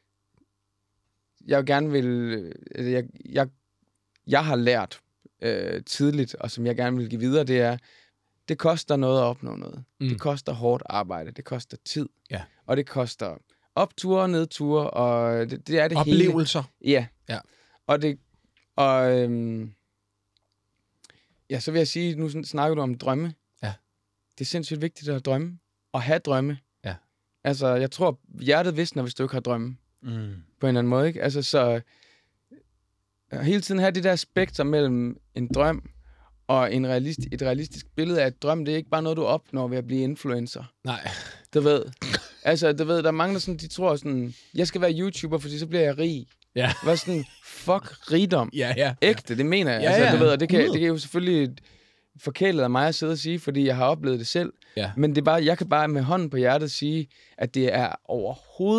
S3: jeg gerne vil... Jeg, jeg, jeg har lært øh, tidligt, og som jeg gerne vil give videre, det er, det koster noget at opnå noget. Mm. Det koster hårdt arbejde, det koster tid,
S2: Ja.
S3: og det koster opture og nedture, og det, det er det
S2: Oplevelser.
S3: hele. Ja.
S2: Ja.
S3: Og det... Og, øhm, ja, så vil jeg sige, nu snakker du om drømme.
S2: Ja.
S3: Det er sindssygt vigtigt at drømme, og have drømme.
S2: Ja.
S3: Altså, jeg tror, hjertet visner, hvis du ikke har drømme.
S1: Mm.
S3: På en eller anden måde, ikke? Altså, så... Hele tiden have det der spektrum mellem en drøm og en realist, et realistisk billede af et drøm. Det er ikke bare noget, du opnår ved at blive influencer.
S2: Nej.
S3: Du ved. Altså, du ved, der er mange, der sådan, de tror sådan, jeg skal være YouTuber, fordi så bliver jeg rig.
S2: Ja.
S3: Hvad sådan, fuck rigdom.
S2: Ja, ja.
S3: Ægte, det mener jeg.
S2: Ja,
S3: altså,
S2: ja.
S3: du ved, og det kan,
S2: hundrede.
S3: det kan jo selvfølgelig forkælet af mig at sidde og sige, fordi jeg har oplevet det selv.
S2: Ja.
S3: Men det er bare, jeg kan bare med hånden på hjertet sige, at det er overhovedet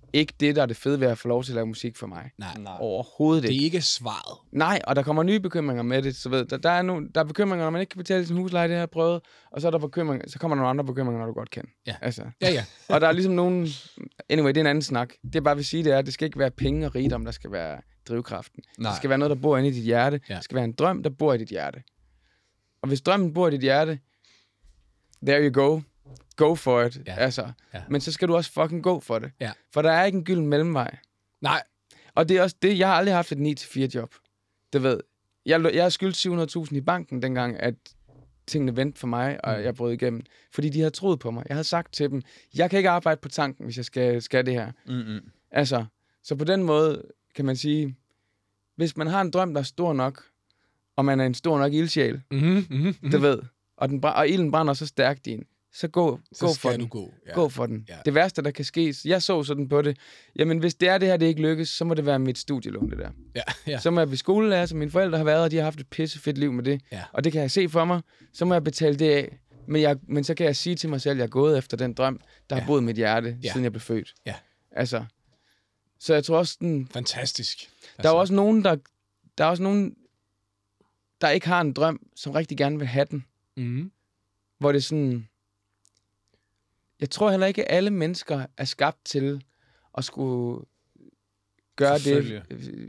S3: ikke det, der er det fede ved at få lov til at lave musik for mig.
S2: Nej.
S1: Nej.
S3: Overhovedet
S2: Det
S3: ikke.
S2: er ikke svaret.
S3: Nej, og der kommer nye bekymringer med det. Så ved, der, der, er nogle, der er bekymringer, når man ikke kan betale sin husleje, det har jeg prøvet. Og så, er der bekymringer, så kommer der nogle andre bekymringer, når du godt kan.
S2: Ja.
S3: Altså.
S2: Ja, ja.
S3: Og der er ligesom nogen... Anyway, det er en anden snak. Det jeg bare vil sige, det er, at det skal ikke være penge og rigdom, der skal være drivkraften.
S1: Nej.
S3: Det skal være noget, der bor inde i dit hjerte.
S2: Ja.
S3: Det skal være en drøm, der bor i dit hjerte. Og hvis drømmen bor i dit hjerte, there you go. Go for it.
S2: Ja.
S3: Altså.
S2: Ja.
S3: Men så skal du også fucking gå for det.
S2: Ja.
S3: For der er ikke en gylden mellemvej.
S2: Nej.
S3: Og det er også det, jeg har aldrig haft et ni til fire job. Det ved jeg. Jeg har skyldt syv hundrede tusind i banken dengang, at tingene vendte for mig, og jeg brød igennem. Fordi de havde troet på mig. Jeg havde sagt til dem, jeg kan ikke arbejde på tanken, hvis jeg skal, skal det her.
S1: Mm-mm.
S3: Altså, så på den måde kan man sige, hvis man har en drøm, der er stor nok, og man er en stor nok ildsjæl,
S2: Mm-hmm, mm-hmm, mm-hmm.
S3: det ved, og, den, og ilden brænder så stærkt i en, så gå,
S2: Så
S3: gå
S2: skal
S3: for
S2: du
S3: den.
S2: gå. Ja.
S3: Gå for den.
S2: Ja.
S3: Det værste, der kan ske, jeg så sådan på det, jamen hvis det er det her, det ikke lykkes, så må det være mit studielån, det der.
S2: Ja, ja.
S3: Så må jeg blive skolelærer, som mine forældre har været, og de har haft et pissefedt liv med det.
S2: Ja.
S3: Og det kan jeg se for mig. Så må jeg betale det af. Men, jeg, men så kan jeg sige til mig selv, at jeg er gået efter den drøm, der
S2: Ja.
S3: har boet i mit hjerte,
S2: Ja.
S3: siden jeg blev født.
S2: Ja.
S3: Altså. Så jeg tror også, den,
S2: Fantastisk. Altså,
S3: der er jo også nogen, der, der er også nogen, der ikke har en drøm, som rigtig gerne vil have den.
S2: Mm-hmm.
S3: Hvor det er sådan... Jeg tror heller ikke, at alle mennesker er skabt til at skulle gøre det,
S1: Forfølge.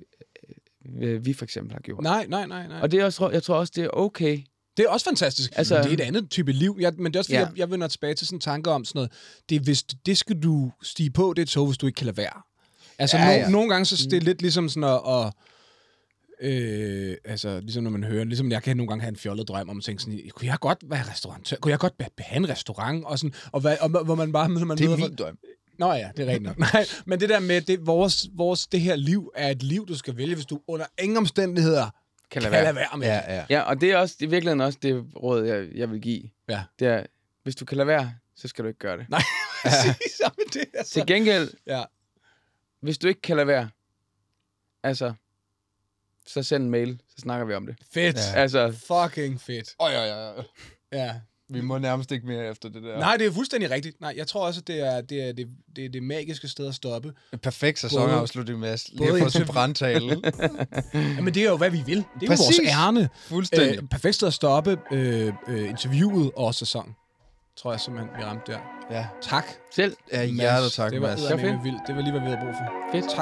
S3: øh, vi for eksempel har gjort.
S2: Nej, nej, nej, nej.
S3: Og det er også, jeg tror også, det er okay.
S2: Det er også fantastisk.
S3: Altså-
S2: Altså, det er et andet type liv. Jeg, men det er også fordi,
S3: Ja.
S2: ja. jeg, jeg vender tilbage til sådan en tanke om sådan noget. Det, er, hvis, det skal du stige på, det er et tog, hvis du ikke kan lade være. Altså,
S1: Ja,
S2: no,
S1: ja.
S2: nogle gange, så det er lidt ligesom sådan at... at Øh, altså, ligesom når man hører, ligesom jeg kan nogle gange have en fjollet drøm om at tænke sådan, kunne jeg godt være restaurantør? Kunne jeg godt be- have en restaurant? Og sådan, og, hvad, og hvor man bare... Man
S1: Det er
S2: møder
S1: min drøm.
S2: Nå ja, det er rigtigt nok. Nej, men det der med, det, vores, vores, det her liv er et liv, du skal vælge, hvis du under ingen omstændigheder
S3: Kan
S2: kan
S3: lade
S2: lade
S3: være.
S2: være med.
S1: Ja, ja.
S3: Ja, og det er også i virkeligheden også det råd, jeg, jeg vil give.
S2: Ja.
S3: Det er, hvis du kan lade være, så skal du ikke gøre det.
S2: Nej, præcis. Ja. Det er
S3: Til
S2: så...
S3: gengæld,
S2: Ja.
S3: hvis du ikke kan lade være, altså, så send en mail, så snakker vi om det.
S2: Fedt.
S1: Ja.
S2: Ja.
S3: Altså,
S2: Fucking fedt.
S1: Åh, ja, ja, ja.
S2: Ja.
S1: Vi må nærmest ikke mere efter det der.
S2: Nej, det er fuldstændig rigtigt. Nej, jeg tror også, at det er det, er, det, det, er det magiske sted at stoppe.
S1: En perfekt sæsonafslutning, Mads. Lige
S2: både
S1: at få sin
S2: interv-
S1: brandtale.
S2: Jamen, det er jo, hvad vi vil. Det er
S1: Præcis.
S2: jo vores ærne.
S1: Fuldstændig.
S2: Øh, perfekt sted at stoppe øh, øh, interviewet og sæson. Tror jeg simpelthen, vi ramte der.
S1: Ja.
S2: Tak.
S3: selv.
S1: Ja,
S2: Mads.
S1: hjertet tak,
S2: Det var
S1: Mads.
S2: eddermame
S3: fedt.
S2: vildt. Det var lige, hvad vi havde brug for.
S3: Fedt.
S2: Tak.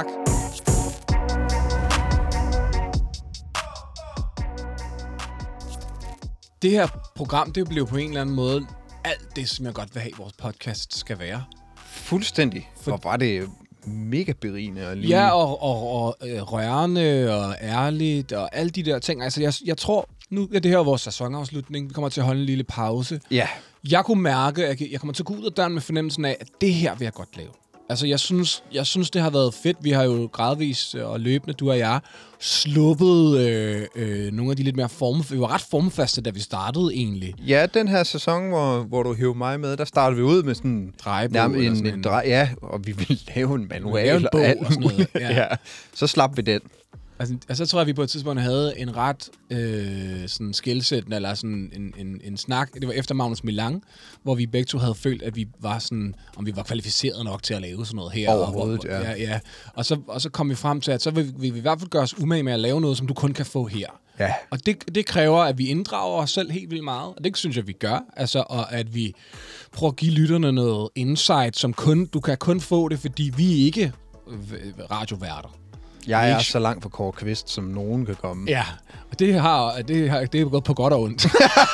S2: Det her program, det blev på en eller anden måde alt det, som jeg godt vil have, vores podcast skal være.
S1: Fuldstændig.
S2: For-
S1: For var det mega berigende og lige...
S2: Ja, og, og, og øh, rørende og ærligt og alle de der ting. Altså, jeg, jeg tror, nu er det her vores sæsonafslutning. Vi kommer til at holde en lille pause.
S1: Ja.
S2: Jeg kunne mærke, at jeg kommer til at gå ud af døren med fornemmelsen af, at det her vil jeg godt lave. Altså, jeg synes, jeg synes, det har været fedt. Vi har jo gradvist og løbende, du og jeg, sluppet øh, øh, nogle af de lidt mere form... Vi var ret formfaste, da vi startede egentlig.
S1: Ja, den her sæson, hvor, hvor du hævde mig med, der startede vi ud med sådan...
S2: Drejebog
S1: Nærmest
S2: eller
S1: en,
S2: sådan
S1: en
S2: en-
S1: drej, ja, og vi ville lave en manual
S2: lave en bog
S1: og alt
S2: og sådan noget,
S1: muligt.
S2: ja.
S1: Ja. Så slap vi den.
S2: Altså, altså, så tror jeg, vi på et tidspunkt havde en ret øh, sådan skilsættende, eller sådan en, en, en snak. Det var efter Magnus Milang, hvor vi begge to havde følt, at vi var sådan, om vi var kvalificeret nok til at lave sådan noget her.
S1: Overhovedet,
S2: og,
S1: ja.
S2: ja, ja. Og, så, og så kom vi frem til, at så vil, vil vi i hvert fald gøre os umage med at lave noget, som du kun kan få her.
S1: Ja.
S2: Og det, det kræver, at vi inddrager os selv helt vildt meget, og det synes jeg, vi gør. Altså, og at vi prøver at give lytterne noget insight, som kun, du kan kun få det, fordi vi er ikke øh, radioværter.
S1: Jeg er
S2: Ikke-
S1: så langt fra Kåre Kvist, som nogen kan komme.
S2: Ja, og det har det, har, det er gået på godt og ondt.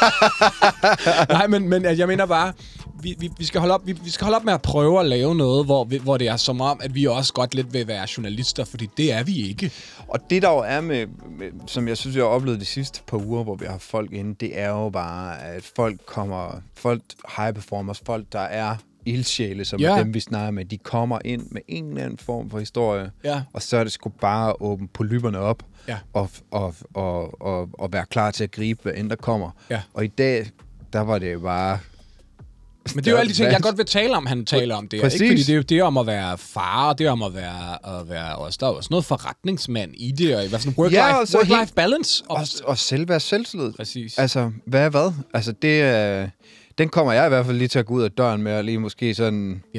S2: Nej, men, men jeg mener bare, vi, vi, vi, skal holde op, vi, vi skal holde op med at prøve at lave noget, hvor, vi, hvor det er som om, at vi også godt lidt vil være journalister, fordi det er vi ikke.
S1: Og det der jo er med, med, som jeg synes, jeg har oplevet de sidste par uger, hvor vi har folk inde, det er jo bare, at folk kommer, folk high performers, folk der er ildsjæle, som
S2: Ja.
S1: er dem, vi snakker med, de kommer ind med en eller anden form for historie,
S2: Ja.
S1: og så er det sgu bare at åbne polypperne op,
S2: Ja.
S1: og, og, og, og, og være klar til at gribe, hvad end der kommer.
S2: Ja.
S1: Og i dag, der var det bare...
S2: Men det er jo alle de ting, jeg godt vil tale om, han taler om det.
S1: Præcis.
S2: Ikke? Fordi det er jo det er om at være far, det er om at være, at være også, der er også noget forretningsmand i det, og i hvert fald work-life
S1: Ja, og så
S2: work
S1: helt-
S2: balance. Og,
S1: Og, og selvværd selvtillid.
S2: præcis.
S1: Altså, hvad er hvad? Altså, det er... Den kommer jeg i hvert fald lige til at gå ud af døren med, og lige måske sådan...
S2: Ja.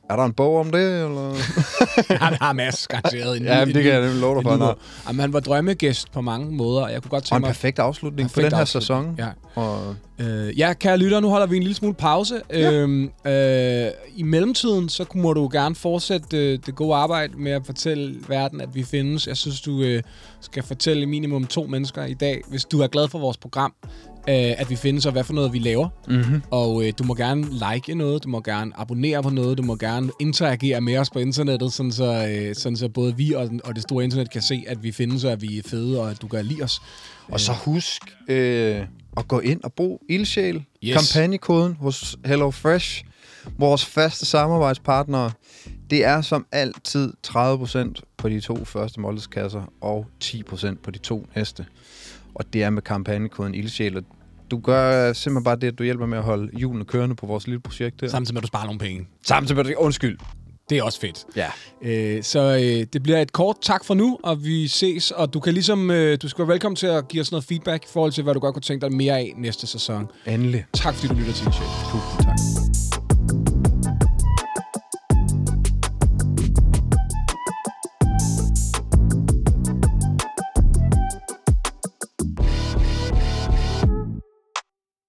S1: Er der en bog om det, eller?
S2: Han har masser, garanteret.
S1: Ja, det kan jeg nemlig love dig for.
S2: Jamen, han var drømmegæst på mange måder, og jeg kunne godt tænke
S1: mig... Og en
S2: mig...
S1: perfekt afslutning
S2: perfekt
S1: på den her
S2: afslutning.
S1: sæson.
S2: Ja.
S1: Og...
S2: Øh, ja, kære lytter, nu holder vi en lille smule pause. Ja. Øhm, øh, I mellemtiden, så må du gerne fortsætte øh, det gode arbejde med at fortælle verden, at vi findes. Jeg synes, du øh, skal fortælle minimum to mennesker i dag, hvis du er glad for vores program, øh, at vi findes, og hvad for noget vi laver.
S1: Mm-hmm.
S2: Og øh, du må gerne like noget, du må gerne abonnere på noget, du må gerne interagere med os på internettet, sådan så, øh, sådan så både vi og, og det store internet kan se, at vi findes, og at vi er fede, og at du kan lide os.
S1: Og så husk øh, at gå ind og brug ildsjæl,
S2: yes.
S1: kampagnekoden hos HelloFresh, vores faste samarbejdspartnere. Det er som altid tredive procent på de to første måltidskasser og ti procent på de to næste. Og det er med kampagnekoden ildsjæl. Du gør simpelthen bare det, at du hjælper med at holde hjulene kørende på vores lille projekt her.
S2: Samtidig med, at du sparer nogle penge.
S1: Samtidig med, at du... Undskyld.
S2: Det er også fedt.
S1: Ja.
S2: Øh, så øh, det bliver et kort tak for nu, og vi ses. Og du kan ligesom, øh, du skal være velkommen til at give os noget feedback i forhold til, hvad du godt kunne tænke dig mere af næste sæson.
S1: Endelig.
S2: Tak fordi du lytter til, Chef.
S1: Tusind